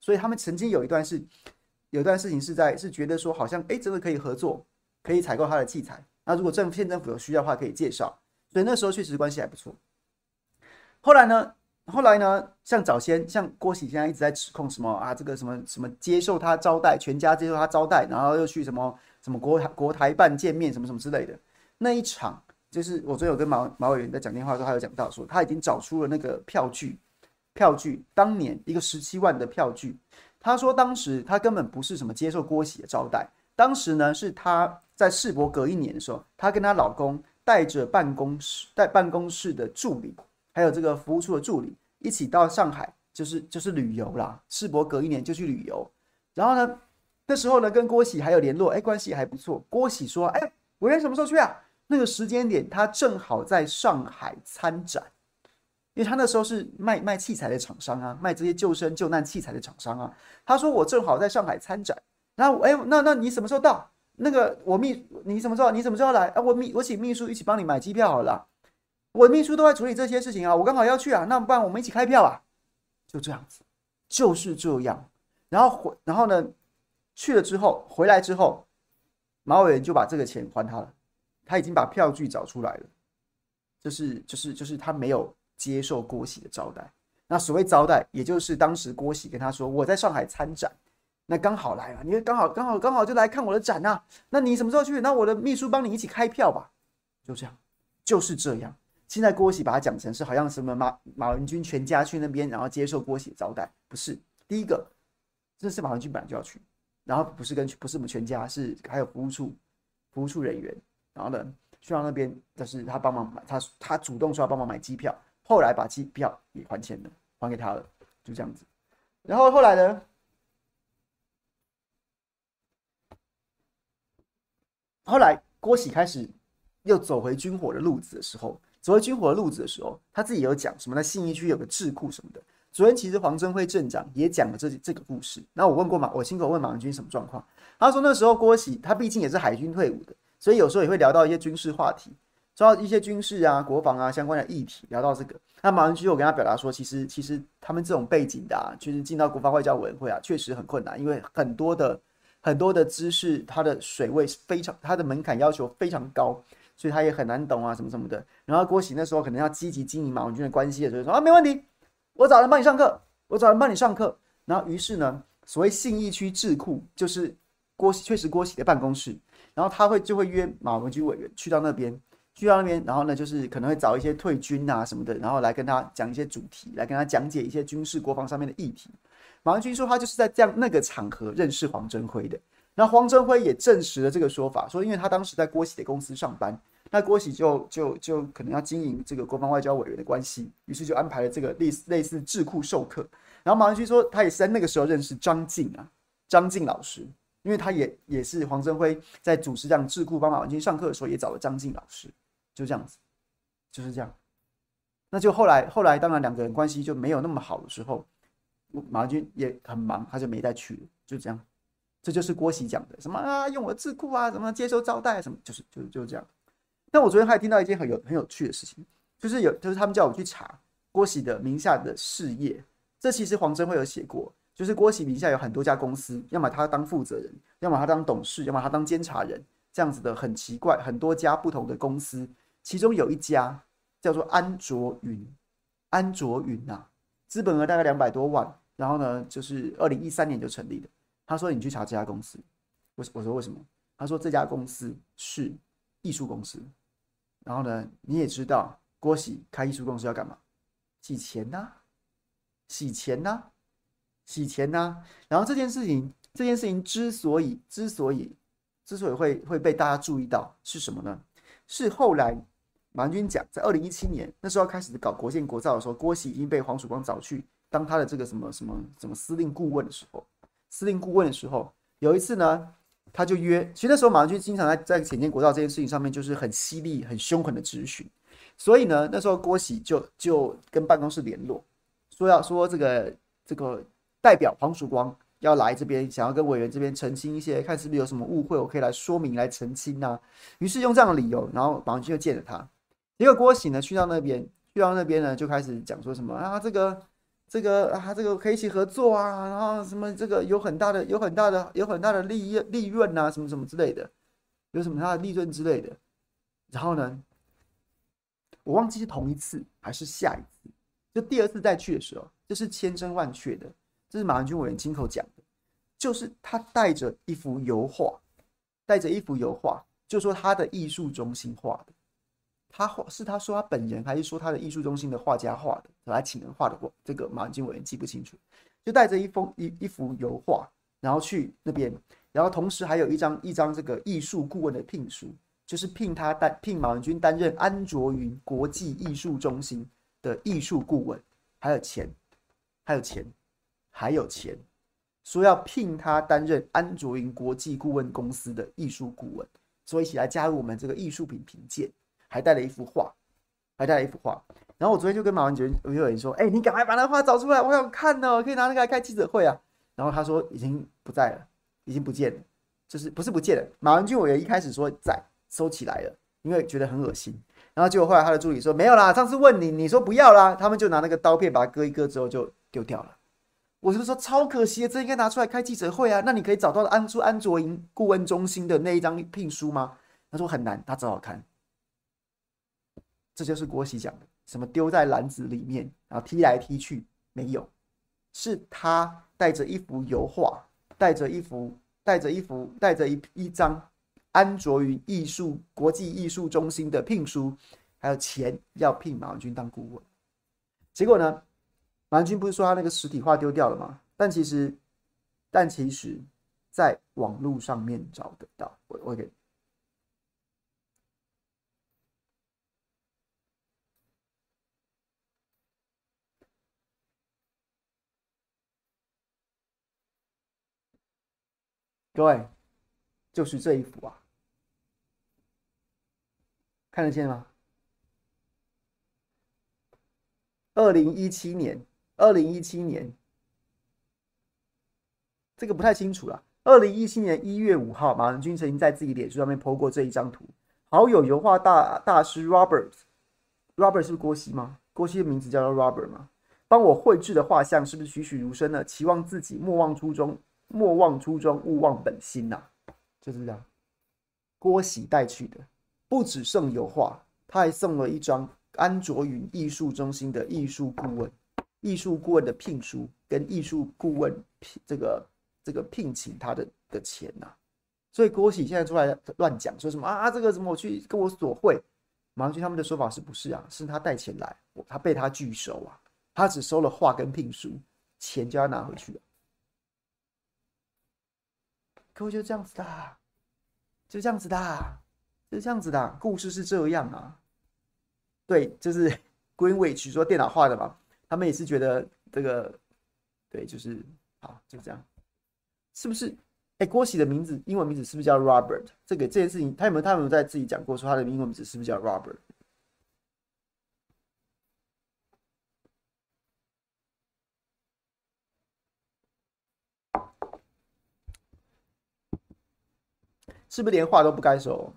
所以他们曾经有一段是有一段事情是在是觉得说好像哎真的可以合作，可以采购他的器材。那如果政府县政府有需要的话，可以介绍。所以那时候确实关系还不错。后来呢？后来呢？像早先，像郭喜现在一直在指控什么啊，这个什么什么接受他招待，全家接受他招待，然后又去什么什么国台国台办见面，什么什么之类的。那一场就是我昨天有跟马马委员在讲电话的时候，他有讲到说他已经找出了那个票据，票据当年一个十七万的票据。他说当时他根本不是什么接受郭喜的招待，当时呢是他在世博隔一年的时候，他跟她老公带着办公室带办公室的助理。还有这个服务处的助理一起到上海，就是就是旅游啦。世博隔一年就去旅游，然后呢，那时候呢跟郭喜还有联络，哎，关系还不错。郭喜说，哎，委员什么时候去啊？那个时间点他正好在上海参展，因为他那时候是卖卖器材的厂商啊，卖这些救生救难器材的厂商啊。他说我正好在上海参展，然后哎，那那你什么时候到？那个我秘你什么时候你什么时候来啊？我秘我请秘书一起帮你买机票好了啦。我秘书都在处理这些事情啊，我刚好要去啊，那不然我们一起开票啊，就这样子，就是这样。然后回，然后呢，去了之后，回来之后，马委员就把这个钱还他了，他已经把票据找出来了，就是就是就是他没有接受郭喜的招待。那所谓招待，也就是当时郭喜跟他说我在上海参展，那刚好来了，你刚好刚好刚好就来看我的展啊，那你什么时候去？那我的秘书帮你一起开票吧，就这样，就是这样。现在郭喜把它讲成是好像什么马马文君全家去那边，然后接受郭喜招待，不是。第一个，这是马文君本来就要去，然后不是跟不是我们全家，是还有服务处服务处人员，然后呢去到那边，但是他帮忙买，他他主动说要帮忙买机票，后来把机票也还钱了，还给他了，就这样子。然后后来呢，后来郭喜开始又走回军火的路子的时候。走回军火的路子的时候，他自己有讲什么在信义区有个智库什么的。昨天其实黄镇辉镇长也讲了这这个故事。那我问过马，我亲口问马文君什么状况，他说那时候郭喜他毕竟也是海军退伍的，所以有时候也会聊到一些军事话题，说到一些军事啊、国防啊相关的议题，聊到这个。那马文君有跟他表达说，其实其实他们这种背景的啊，就是进到国防外交委员会啊，确实很困难，因为很多的很多的知识，它的水位非常，它的门槛要求非常高。所以他也很难懂啊，什么什么的。然后郭喜那时候可能要积极经营马文君的关系的时候，说啊，没问题，我找人帮你上课，我找人帮你上课。然后于是呢，所谓信义区智库就是郭喜，确实郭喜的办公室。然后他会就会约马文君委员去到那边，去到那边，然后呢，就是可能会找一些退军啊什么的，然后来跟他讲一些主题，来跟他讲解一些军事国防上面的议题。马文君说他就是在这样那个场合认识黄镇辉的。然后黄镇辉也证实了这个说法，说因为他当时在郭喜的公司上班，那郭喜就就就可能要经营这个国防外交委员的关系，于是就安排了这个类似类似智库授课。然后马文君说，他也是在那个时候认识张晋啊，张晋老师，因为他也也是黄镇辉在主持这样智库帮马文君上课的时候，也找了张晋老师，就这样子，就是这样。那就后来后来当然两个人关系就没有那么好的时候，马文君也很忙，他就没再去了，就这样。这就是郭喜讲的什么啊，用我的智库啊，什么接受招待，什么就是就是就是这样。但我昨天还听到一件很有很有趣的事情，就是有就是他们叫我去查郭喜的名下的事业，这其实黄镇辉有写过，就是郭喜名下有很多家公司，要么他当负责人，要么他当董事，要么他当监察人，这样子的很奇怪，很多家不同的公司，其中有一家叫做安卓云，安卓云啊，资本额大概两百多万，然后呢，就是二零一三年就成立的。他说：“你去查这家公司。”我说：“为什么？”他说：“这家公司是艺术公司。然后呢，你也知道，郭喜开艺术公司要干嘛？洗钱呐、啊，洗钱呐、啊，洗钱呐、啊。然后这件事情，这件事情之所以之所以之所以会会被大家注意到，是什么呢？是后来马文君讲，在二零一七年那时候开始搞国建国造的时候，郭喜已经被黄曙光找去当他的这个什么什么什么司令顾问的时候。”司令顾问的时候，有一次呢，他就约，其实那时候马文君经常在在潜舰国造这件事情上面就是很犀利、很凶狠的质询，所以呢，那时候郭喜就就跟办公室联络，说要说这个这个代表黄曙光要来这边，想要跟委员这边澄清一些，看是不是有什么误会，我可以来说明来澄清啊。于是用这样的理由，然后马文君就见了他。结果郭喜呢去到那边，去到那边呢就开始讲说什么啊，这个。 这个啊，这个可以一起合作啊，然后什么这个有很大的、有很大的、有很大的利益利润啊，什么什么之类的，有什么大的利润之类的。然后呢，我忘记是同一次还是下一次，就第二次再去的时候，这是千真万确的，这是马文君委员亲口讲的，就是他带着一幅油画，带着一幅油画，就说他的艺术中心画的。他画是他说他本人，还是说他的艺术中心的画家画的？来请人画的，这个马文君委员记不清楚。就带着一封一一幅油画，然后去那边，然后同时还有一张一张这个艺术顾问的聘书，就是聘他担聘马文君担任安卓云国际艺术中心的艺术顾问，还有钱，还有钱，还有钱，说要聘他担任安卓云国际顾问公司的艺术顾问，所以一起来加入我们这个艺术品评鉴，还带了一幅画，还带了一幅画。然后我昨天就跟马文君有人说：“哎、欸，你赶快把那画找出来，我想看哦，可以拿那个来开记者会啊。”然后他说已经不在了，已经不见了，就是不是不见了。马文君委员一开始说在，收起来了，因为觉得很恶心。然后结果后来他的助理说没有啦，上次问你，你说不要啦，他们就拿那个刀片把它割一割之后就丢掉了。我就说超可惜的，这应该拿出来开记者会啊。那你可以找到安出安卓营顾问中心的那一张聘书吗？他说很难，他找找看。这就是郭喜讲的。什么丢在篮子里面，然后踢来踢去，没有，是他带着一幅油画，带着一幅，带着一幅，带着一一张安卓于艺术国际艺术中心的聘书，还有钱要聘马文君当顾问。结果呢，马文君不是说他那个实体画丢掉了吗？但其实，但其实，在网络上面找得到。我我给。各位，就是这一幅啊，看得见吗？二零一七年，二零一七年，这个不太清楚了。二零一七年一月五号，马文君曾经在自己脸书上面 po 过这一张图。好友油画大大师 Robert，Robert 是郭熙吗？郭熙的名字叫做 Robert 吗？帮我绘制的画像是不是栩栩如生呢？期望自己莫忘初衷，莫忘初衷，勿忘本心呐、啊，就是这样。郭喜带去的，不只送油画，他还送了一张安卓云艺术中心的艺术顾问、艺术顾问的聘书，跟艺术顾问这个这个聘请他的的钱呐、啊。所以郭喜现在出来乱讲，说什么啊这个什么我去跟我索贿，马上去他们的说法是不是啊？是他带钱来，他被他拒收啊，他只收了画跟聘书，钱就要拿回去了。各位就这样子的、啊。就这样子的、啊，就这样子的、啊，故事是这样啊。对，就是 Greenwich 说电脑画的嘛，他们也是觉得这个，对，就是好，就这样，是不是？哎，郭喜的名字，英文名字是不是叫 Robert？这个这件事情，他有没有他有没有在自己讲过，说他的英文名字是不是叫 Robert？是不是连话都不该说？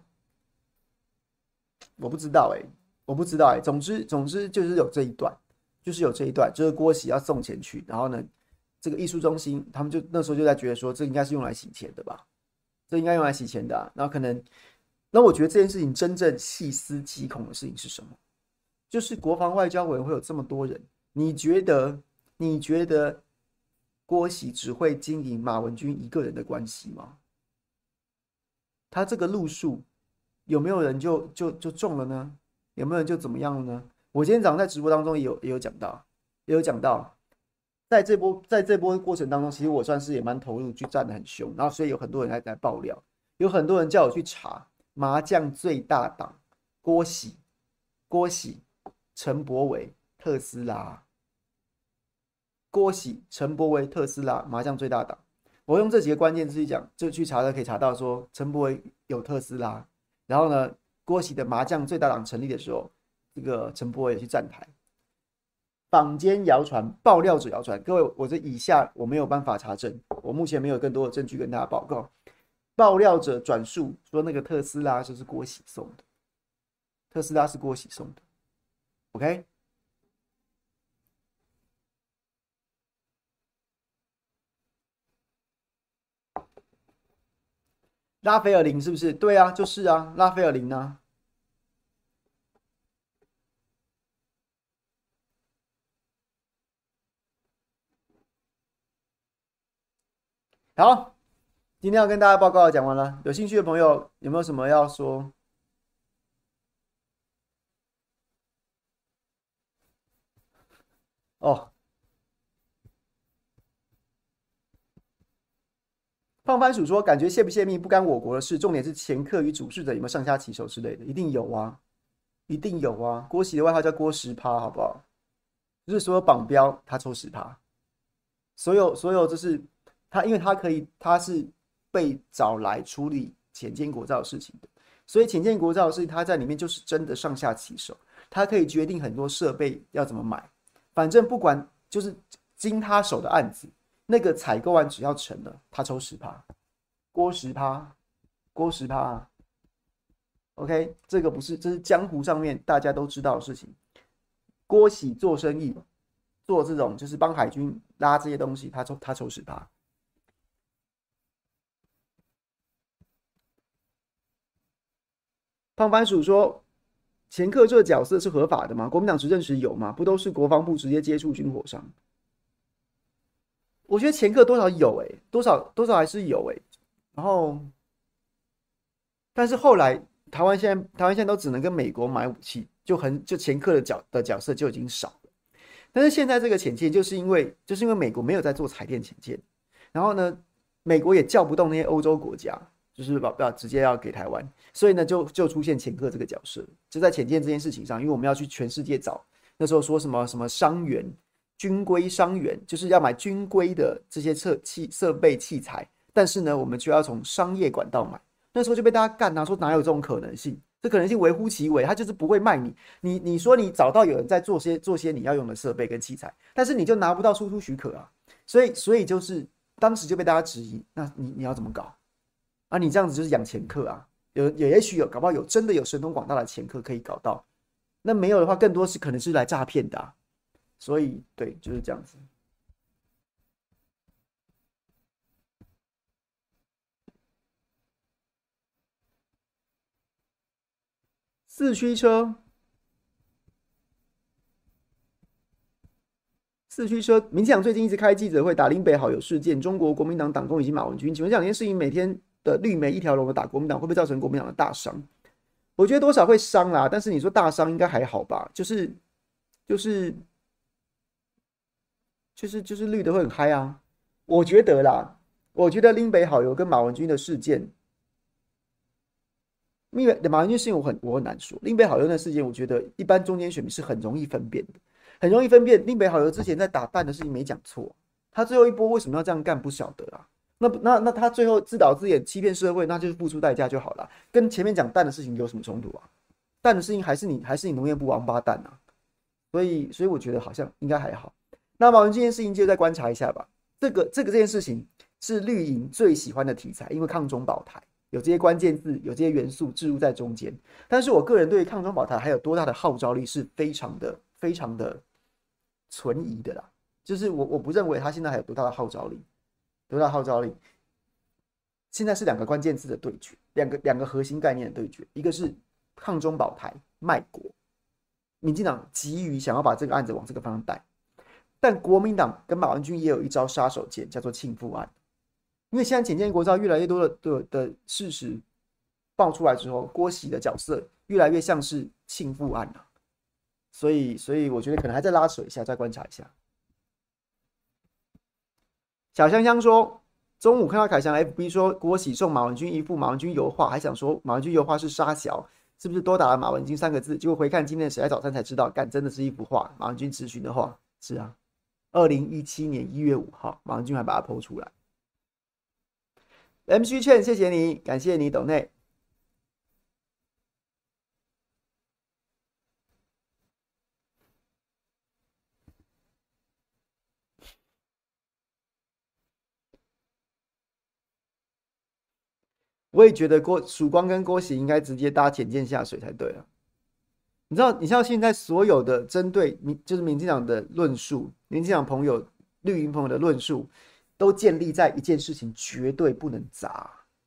我不知道哎、欸，我不知道哎、欸。总之，总之就是有这一段，就是有这一段，就是郭喜要送钱去，然后呢，这个艺术中心他们就那时候就在觉得说，这应该是用来洗钱的吧？这应该用来洗钱的、啊。然后可能，那我觉得这件事情真正细思极恐的事情是什么？就是国防外交委员会有这么多人，你觉得你觉得郭喜只会经营马文君一个人的关系吗？他这个路数有没有人就就就中了呢？有没有人就怎么样了呢？我今天早上在直播当中也有也有讲到，也有讲到，在这波在这波过程当中，其实我算是也蛮投入，去站得很凶，然后所以有很多人来来爆料，有很多人叫我去查麻将最大党郭喜、郭喜、陈柏伟、特斯拉、郭喜、陈柏伟、特斯拉麻将最大党。我用这几个关键字去讲，就去查的可以查到说陈柏伟有特斯拉，然后呢，郭喜的麻将最大党成立的时候，这个陈柏伟也去站台。坊间谣传、爆料者谣传，各位，我这以下我没有办法查证，我目前没有更多的证据跟大家报告。爆料者转述说，那个特斯拉就是郭喜送的，特斯拉是郭喜送的 ，OK？ 拉斐尔林是不是？对啊，就是啊，拉斐尔林啊。好，今天要跟大家报告讲完了，有兴趣的朋友有没有什么要说？哦，胖番薯说，感觉泄不泄密不干我国的事，重点是前客与主事者有没有上下其手之类的，一定有啊，一定有啊。郭喜的外号叫郭十趴，好不好？就是所有绑标他抽十趴，所有所有就是他，因为他可以，他是被找来处理浅见国造的事情的，所以浅见国造的事情他在里面就是真的上下其手，他可以决定很多设备要怎么买，反正不管就是经他手的案子，那个采购案只要成了，他抽十趴，郭十趴，郭十趴，OK，这个不是，这是江湖上面大家都知道的事情。郭喜做生意，做这种就是帮海军拉这些东西，他抽他抽十趴。胖番薯说，前客这个角色是合法的吗？国民党执政时有吗？不都是国防部直接接触军火商？我觉得前客多少有诶、欸多少多少还是有诶、欸然后，但是后来台湾现在台湾现在都只能跟美国买武器，就很就前客的角的角色就已经少了。但是现在这个潜舰，就是因为就是因为美国没有在做彩电潜舰，然后呢，美国也叫不动那些欧洲国家，就是把要直接要给台湾，所以呢就就出现前客这个角色，就在潜舰这件事情上，因为我们要去全世界找，那时候说什么什么伤员、军规伤员，就是要买军规的这些设器设备器材，但是呢，我们就要从商业管道买，那时候就被大家干啊，说哪有这种可能性？这可能性微乎其微，他就是不会卖你。你你说你找到有人在做些做些你要用的设备跟器材，但是你就拿不到输出许可啊，所以所以就是当时就被大家质疑，那你你要怎么搞啊？你这样子就是养掮客啊，有也也许有，搞不好有真的有神通广大的掮客可以搞到，那没有的话，更多是可能是来诈骗的、啊，所以对，就是这样子。四驱车，四驱车，民进党最近一直开记者会打林北好友事件，中国国民党党工以及马文君，请问这两件事情每天的绿媒一条龙的打国民党，会不会造成国民党的大伤？我觉得多少会伤啦，但是你说大伤应该还好吧？就是就是就是就是绿的会很嗨啊，我觉得啦，我觉得林北好友跟马文君的事件，因为马文君事情我很我很难说，林北好友的事件，我觉得一般中间选民是很容易分辨的，很容易分辨。林北好友之前在打蛋的事情没讲错，他最后一波为什么要这样干不晓得啊。那那那他最后自导自演欺骗社会，那就是付出代价就好了，跟前面讲蛋的事情有什么冲突啊？蛋的事情还是你还是你农业部王八蛋啊，所以所以我觉得好像应该还好。那马文这件事情就再观察一下吧。这个这个这件事情是绿营最喜欢的题材，因为抗中保台有这些关键字，有这些元素置入在中间。但是我个人对抗中保台还有多大的号召力是非常的非常的存疑的啦。就是我我不认为他现在还有多大的号召力，多大的号召力。现在是两个关键字的对决，两个两个核心概念的对决，一个是抗中保台卖国，民进党急于想要把这个案子往这个方向带，但国民党跟马文君也有一招杀手锏，叫做庆父案。因为现在浅见国造越来越多的的的事实爆出来之后，郭喜的角色越来越像是庆父案了、啊，所以所以我觉得可能还在拉扯一下，再观察一下。小香香说，中午看到凯翔 F B 说郭喜送马文君一幅马文君油画，还想说马文君油画是沙小，是不是多打了马文君三个字？结果回看今天的谁来早餐才知道，干真的是一幅画，马文君咨询的画。是啊，二零一七年一月五号，马文君还把它剖出来。M C 券，谢谢你，感谢你，斗内。我也觉得郭曙光跟郭喜应该直接搭浅见下水才对啊。你知道，你像现在所有的针对民就是民进党的论述，民进党朋友、绿营朋友的论述，都建立在一件事情绝对不能砸，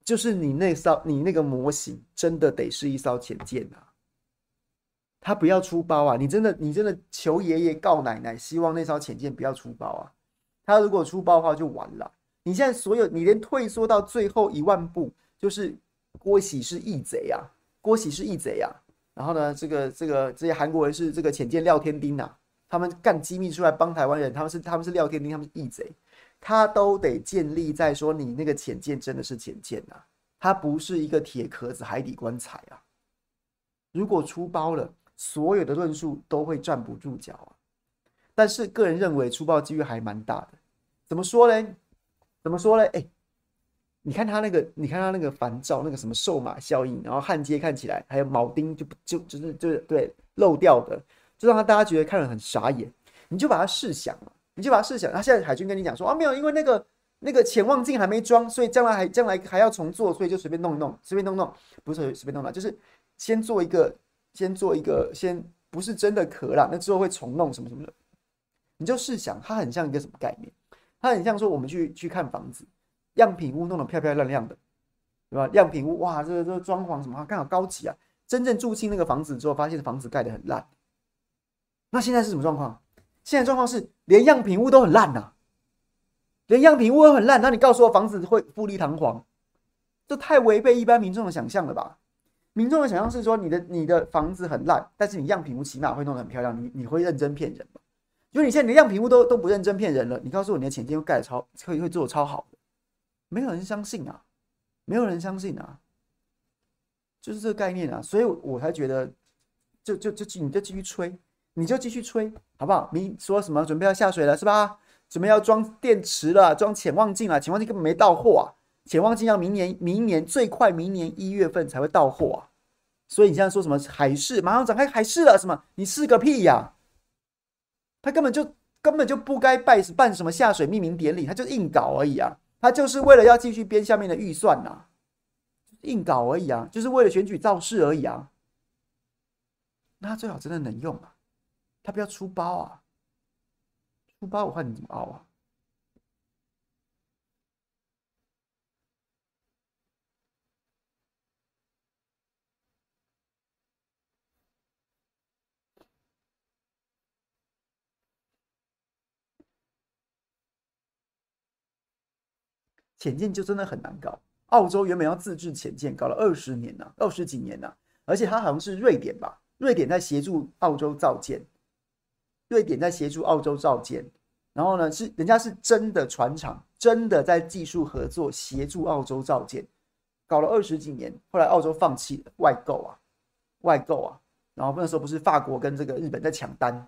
就是你那艘你那个模型真的得是一艘潜舰啊，他不要出包啊！你真的你真的求爷爷告奶奶，希望那艘潜舰不要出包啊！他如果出包的话就完了。你现在所有你连退缩到最后一万步，就是郭喜是义贼啊，郭喜是义贼啊。然后呢，这个这个这些韩国人是这个潜舰廖天丁啊，他们干机密出来帮台湾人，他们是他们是廖天丁，他们是义贼，他都得建立在说你那个潜舰真的是潜舰啊，它不是一个铁壳子海底棺材啊。如果出包了，所有的论述都会站不住脚啊。但是个人认为出包几率还蛮大的。怎么说呢？怎么说呢？哎，你看他那个，你看他那个烦躁，那个什么瘦马效应，然后焊接看起来还有铆钉就不就就是就是对漏掉的，就让他大家觉得看了很傻眼。你就把它试想嘛，你就把它试想。他现在海军跟你讲说啊，没有，因为那个那个潜望镜还没装，所以将来还将来还要重做，所以就随便弄一弄，随便弄弄，不是随便弄啦，就是先做一个，先做一个，先不是真的壳啦，那之后会重弄什么什么的。你就试想，它很像一个什么概念？它很像说我们去去看房子，样品屋弄得漂漂亮亮的，对吧？样品屋哇，这个这个装潢什么，看好高级啊！真正住进那个房子之后，发现房子盖得很烂。那现在是什么状况？现在状况是连样品屋都很烂呐、啊，连样品屋都很烂。那你告诉我房子会富丽堂皇，这太违背一般民众的想象了吧？民众的想象是说，你的你的房子很烂，但是你样品屋起码会弄得很漂亮，你你会认真骗人吗？因为你现在你的样品屋都都不认真骗人了，你告诉我你的潜舰会盖的超会会做的超好的，没有人相信啊，没有人相信啊，就是这个概念啊，所以我才觉得，就就就你就继续吹，你就继续吹，好不好？你说什么准备要下水了是吧？准备要装电池了，装潜望镜了，潜望镜根本没到货啊，潜望镜要明年明年最快明年一月份才会到货啊，所以你现在说什么海试马上展开海试了什么？你试个屁呀、啊！他根本就根本就不该办办什么下水命名典礼，他就是硬搞而已啊！他就是为了要继续编下面的预算呐、啊，硬搞而已啊，就是为了选举造势而已啊。那他最好真的能用啊，他不要出包啊，出包我看你怎么熬啊！潜舰就真的很难搞。澳洲原本要自制潜舰，搞了二十年呐、啊，二十几年呐、啊，而且他好像是瑞典吧，瑞典在协助澳洲造舰，瑞典在协助澳洲造舰，然后呢是人家是真的船厂，真的在技术合作协助澳洲造舰，搞了二十几年，后来澳洲放弃了外购啊，外购啊，然后那时候不是法国跟这个日本在抢单，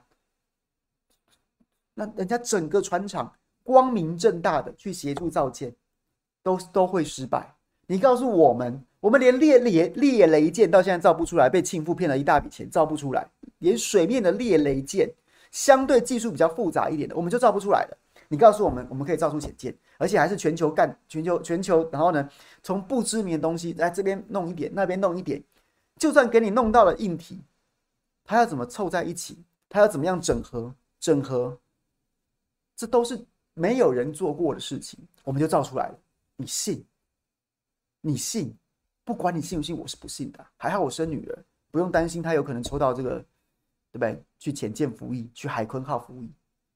那人家整个船厂光明正大的去协助造舰，都都会失败。你告诉我们，我们连猎猎猎雷舰到现在造不出来，被庆父骗了一大笔钱，造不出来，连水面的猎雷舰，相对技术比较复杂一点的，我们就造不出来了。你告诉我们，我们可以造出潜舰，而且还是全球干全球全球，然后呢，从不知名的东西在这边弄一点，那边弄一点，就算给你弄到了硬体，它要怎么凑在一起？它要怎么样整合？整合，这都是没有人做过的事情，我们就造出来了。你信？你信？不管你信不信，我是不信的。还好我生女儿，不用担心她有可能抽到这个，对不对？去潜舰服役，去海鲲号服役。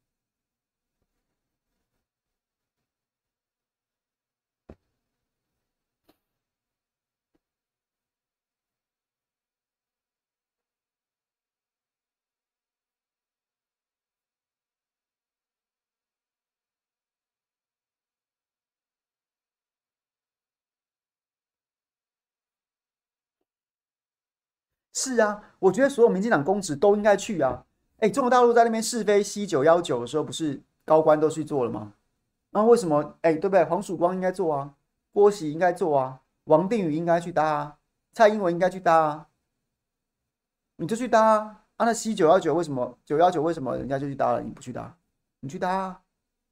是啊，我觉得所有民进党公职都应该去啊。哎，中国大陆在那边试飞 C 九一九的时候，不是高官都去做了吗？那为什么？哎，对不对？黄曙光应该做啊，郭喜应该做啊，王定宇应该去搭啊，蔡英文应该去搭啊，你就去搭啊。啊，那 C 九一九为什么九一九为什么人家就去搭了，你不去搭？你去搭啊。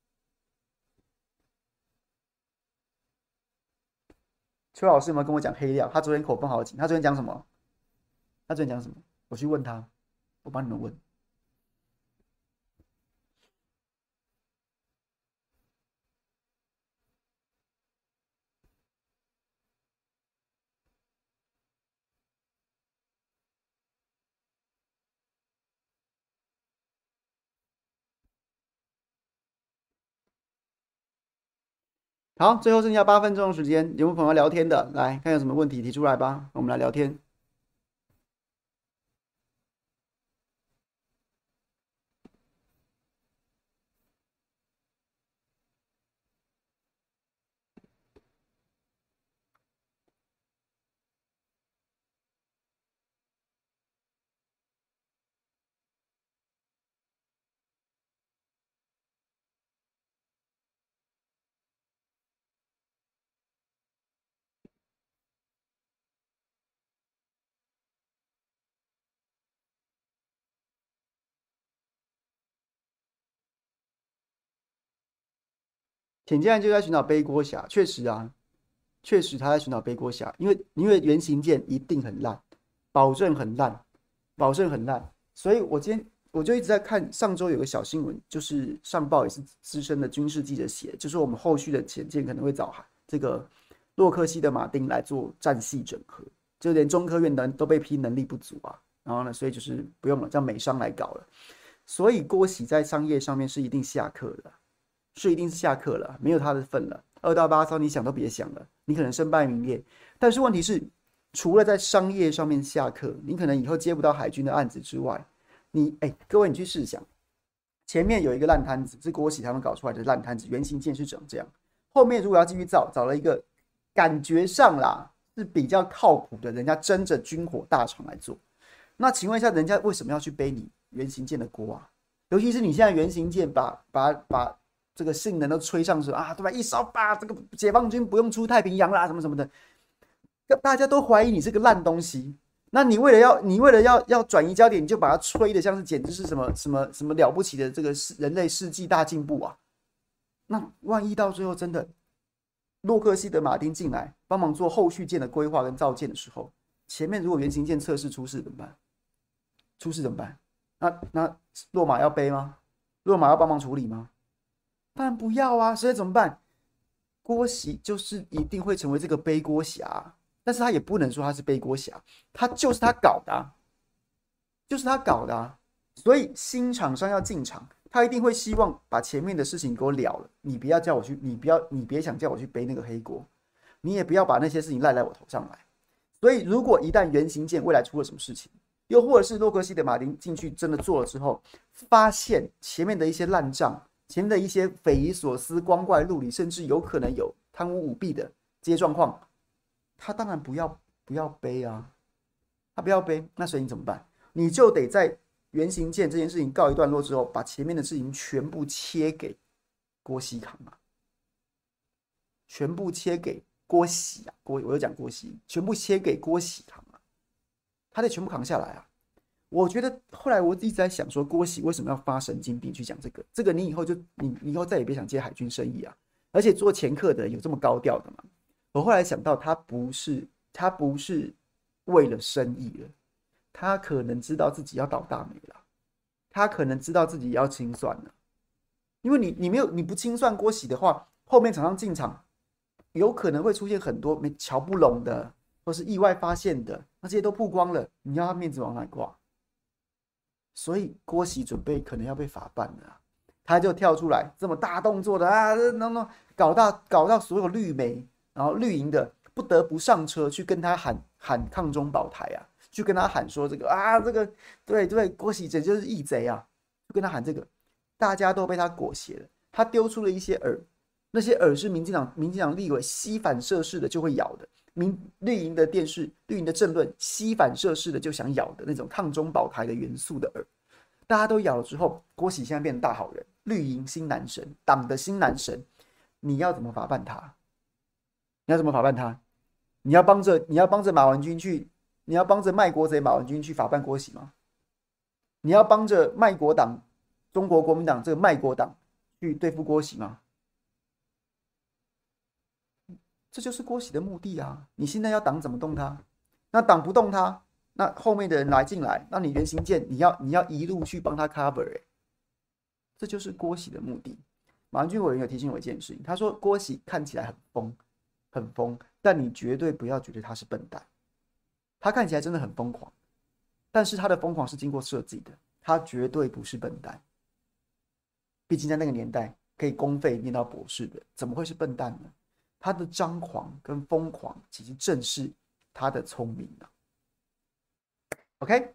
邱老师有没有跟我讲黑料？他昨天口风好紧，他昨天讲什么？他昨天讲什么？我去问他，我帮你们问。 好，最后剩下八分钟的时间，有没有朋友聊天的？来看有什么问题提出来吧，我们来聊天。潜舰就在寻找背锅侠，确实啊，确实他在寻找背锅侠，因为因为原型舰一定很烂，保证很烂，保证很烂。所以我今天我就一直在看，上周有个小新闻，就是上报也是资深的军事记者写，就是我们后续的潜舰可能会找这个洛克希德马丁来做战系整合，就连中科院的都被批能力不足啊。然后呢，所以就是不用了，叫美商来搞了。所以郭喜在商业上面是一定下课的，是一定是下课了，没有他的份了。二到八招你想都别想了，你可能身败名裂。但是问题是，除了在商业上面下课，你可能以后接不到海军的案子之外，你哎，各位你去试想，前面有一个烂摊子，是郭喜他们搞出来的烂摊子，原型舰是长这样。后面如果要继续造，找了一个感觉上啦是比较靠谱的，人家真着军火大厂来做。那请问一下，人家为什么要去背你原型舰的锅啊？尤其是你现在原型舰把把把这个性能都吹上去啊，对吧？一烧把这个解放军不用出太平洋啦，什么什么的，大家都怀疑你是个烂东西。那你为了要你为了要要转移焦点，你就把它吹的像是简直是什么什么什么了不起的这个人类世纪大进步啊！那万一到最后真的洛克希德马丁进来帮忙做后续舰的规划跟造舰的时候，前面如果原型舰测试出事怎么办？出事怎么办？那那落马要背吗？落马要帮忙处理吗？当然不要啊！所以怎么办？郭喜就是一定会成为这个背锅侠，但是他也不能说他是背锅侠，他就是他搞的、啊，就是他搞的、啊。所以新厂商要进场，他一定会希望把前面的事情给我了了，你不要叫我去，你不要，你别想叫我去背那个黑锅，你也不要把那些事情赖在我头上来。所以，如果一旦原型舰未来出了什么事情，又或者是洛克希德马丁进去真的做了之后，发现前面的一些烂账，前面的一些匪夷所思、光怪陆离，甚至有可能有贪污舞弊的这些状况，他当然不要不要背啊，他不要背，那所以你怎么办？你就得在原型舰这件事情告一段落之后，把前面的事情全部切给郭熙扛啊，全部切给郭喜啊，郭我又讲郭熙，全部切给郭喜扛啊，他得全部扛下来啊。我觉得后来我一直在想说，郭喜为什么要发神经病去讲这个？这个你以后就你你以后再也别想接海军生意啊！而且做前客的人有这么高调的吗？我后来想到，他不是他不是为了生意了，他可能知道自己要倒大霉了，他可能知道自己要清算了，因为你你没有你不清算郭喜的话，后面厂商进场有可能会出现很多没瞧不拢的，或是意外发现的，那这些都曝光了，你要他面子往哪挂？所以郭喜准备可能要被法办了、啊，他就跳出来这么大动作的啊，那那搞到搞到所有绿媒，然后绿营的不得不上车去跟他喊喊抗中保台啊，去跟他喊说这个啊，这个对对，郭喜这就是义贼啊，就跟他喊这个，大家都被他裹挟了，他丢出了一些饵，那些饵是民进党民进党立委吸反射式的就会咬的。民绿营的电视、绿营的政论，吸反射式的就想咬的那种抗中保台的元素的饵，大家都咬了之后，郭喜现在变成大好人，绿营新男神，党的新男神，你要怎么法办他？你要怎么法办他？你要帮着你要帮着马文君去，你要帮着卖国贼马文君去法办郭喜吗？你要帮着卖国党中国国民党这个卖国党去对付郭喜吗？这就是郭喜的目的啊！你现在要党怎么动他？那党不动他，那后面的人来进来，那你原型舰你要你要一路去帮他 cover， 欸，这就是郭喜的目的。马文君委员有提醒我一件事情，他说郭喜看起来很疯，很疯，但你绝对不要觉得他是笨蛋，他看起来真的很疯狂，但是他的疯狂是经过设计的，他绝对不是笨蛋。毕竟在那个年代，可以公费念到博士的，怎么会是笨蛋呢？ 他的张狂跟疯狂，其实正是他的聪明啊。OK。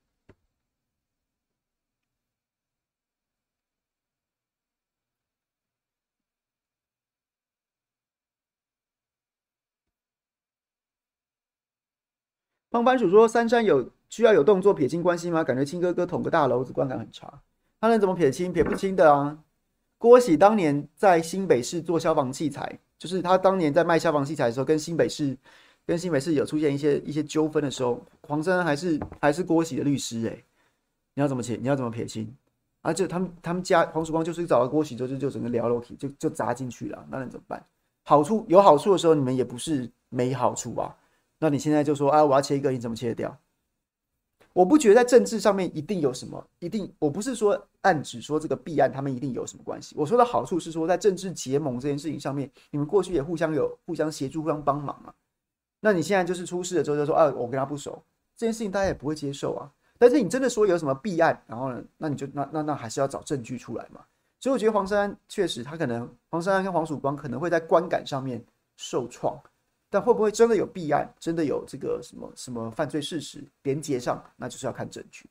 胖番薯说：“珊珊有需要有动作撇清关系吗？感觉亲哥哥捅个大篓子，观感很差。他能怎么撇清？撇不清的啊。郭喜当年在新北市做消防器材，就是他当年在卖消防器材的时候，跟新北市跟新北市有出现一些一些纠纷的时候，黄珊珊还是还是郭喜的律师哎、欸，你要怎么撇？你要怎么撇清？啊，就他们他们家黄曙光就是找到郭喜之后，就就整个聊楼梯就就砸进去了，那能怎么办？好处有好处的时候，你们也不是没好处啊。”那你现在就说啊，我要切一个，你怎么切得掉？我不觉得在政治上面一定有什么，一定我不是说暗指说这个弊案他们一定有什么关系。我说的好处是说，在政治结盟这件事情上面，你们过去也互相有互相协助、互相帮忙嘛。那你现在就是出事了之后就说啊，我跟他不熟，这件事情大家也不会接受啊。但是你真的说有什么弊案，然后呢，那你就那那那还是要找证据出来嘛。所以我觉得黄珊珊确实，他可能黄珊珊跟黄曙光可能会在观感上面受创。但会不会真的有弊案，真的有这个什么什么犯罪事实连结上，那就是要看证据。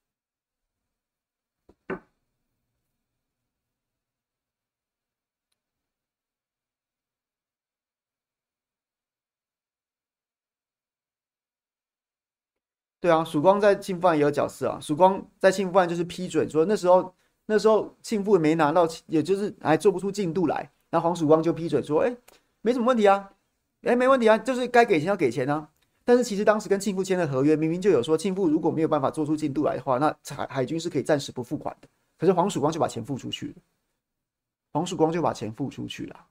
对啊，曙光在庆父案也有角色啊。曙光在庆父案就是批准说那时候那时候庆父没拿到，也就是还做不出进度来，然后黄曙光就批准说，哎，没什么问题啊，哎，没问题啊，就是该给钱要给钱啊。但是其实当时跟庆父签的合约明明就有说，庆父如果没有办法做出进度来的话，那海海军是可以暂时不付款的。可是黄曙光就把钱付出去了，黄曙光就把钱付出去了。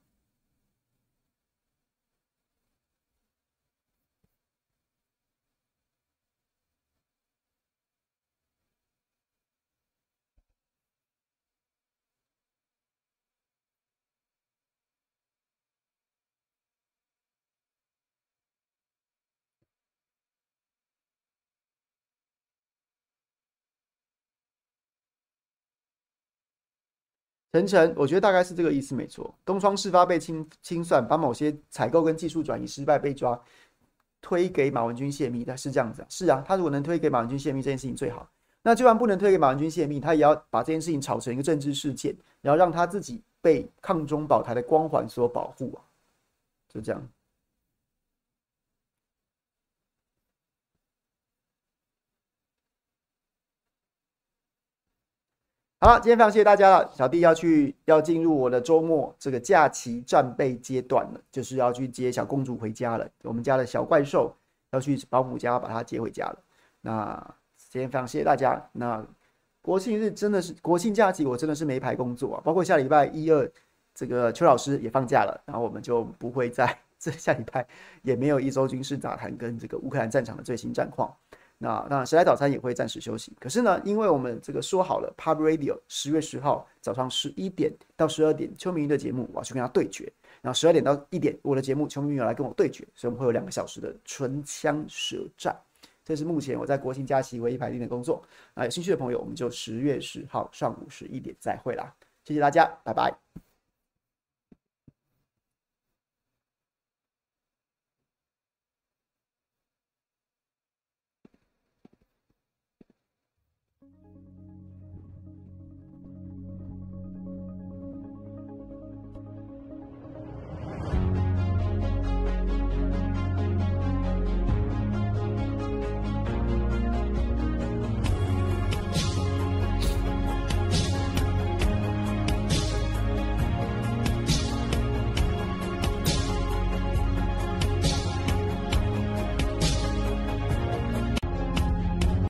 层层，我觉得大概是这个意思，没错。东窗事发被清清算，把某些采购跟技术转移失败被抓，推给马文君泄密，但是这样子啊？是啊，他如果能推给马文君泄密这件事情最好。那就算不能推给马文君泄密，他也要把这件事情炒成一个政治事件，然后让他自己被抗中保台的光环所保护啊，就这样。好了，今天非常谢谢大家了。小弟要去要进入我的周末这个假期战备阶段了，就是要去接小公主回家了。我们家的小怪兽要去保姆家把它接回家了。那今天非常谢谢大家。那国庆日真的是国庆假期，我真的是没排工作啊，包括下礼拜一二，这个邱老师也放假了，然后我们就不会在这下礼拜也没有一周军事杂谈跟这个乌克兰战场的最新战况。那那时来早餐也会暂时休息。可是呢，因为我们这个说好了 ，Pub Radio 十月十号早上十一点到十二点，邱明云的节目我要去跟他对决。然后十二点到一点，我的节目邱明云要来跟我对决，所以我们会有两个小时的唇枪舌战。这是目前我在国庆假期唯一排定的工作。那有兴趣的朋友，我们就十月十号上午十一点再会啦。谢谢大家，拜拜。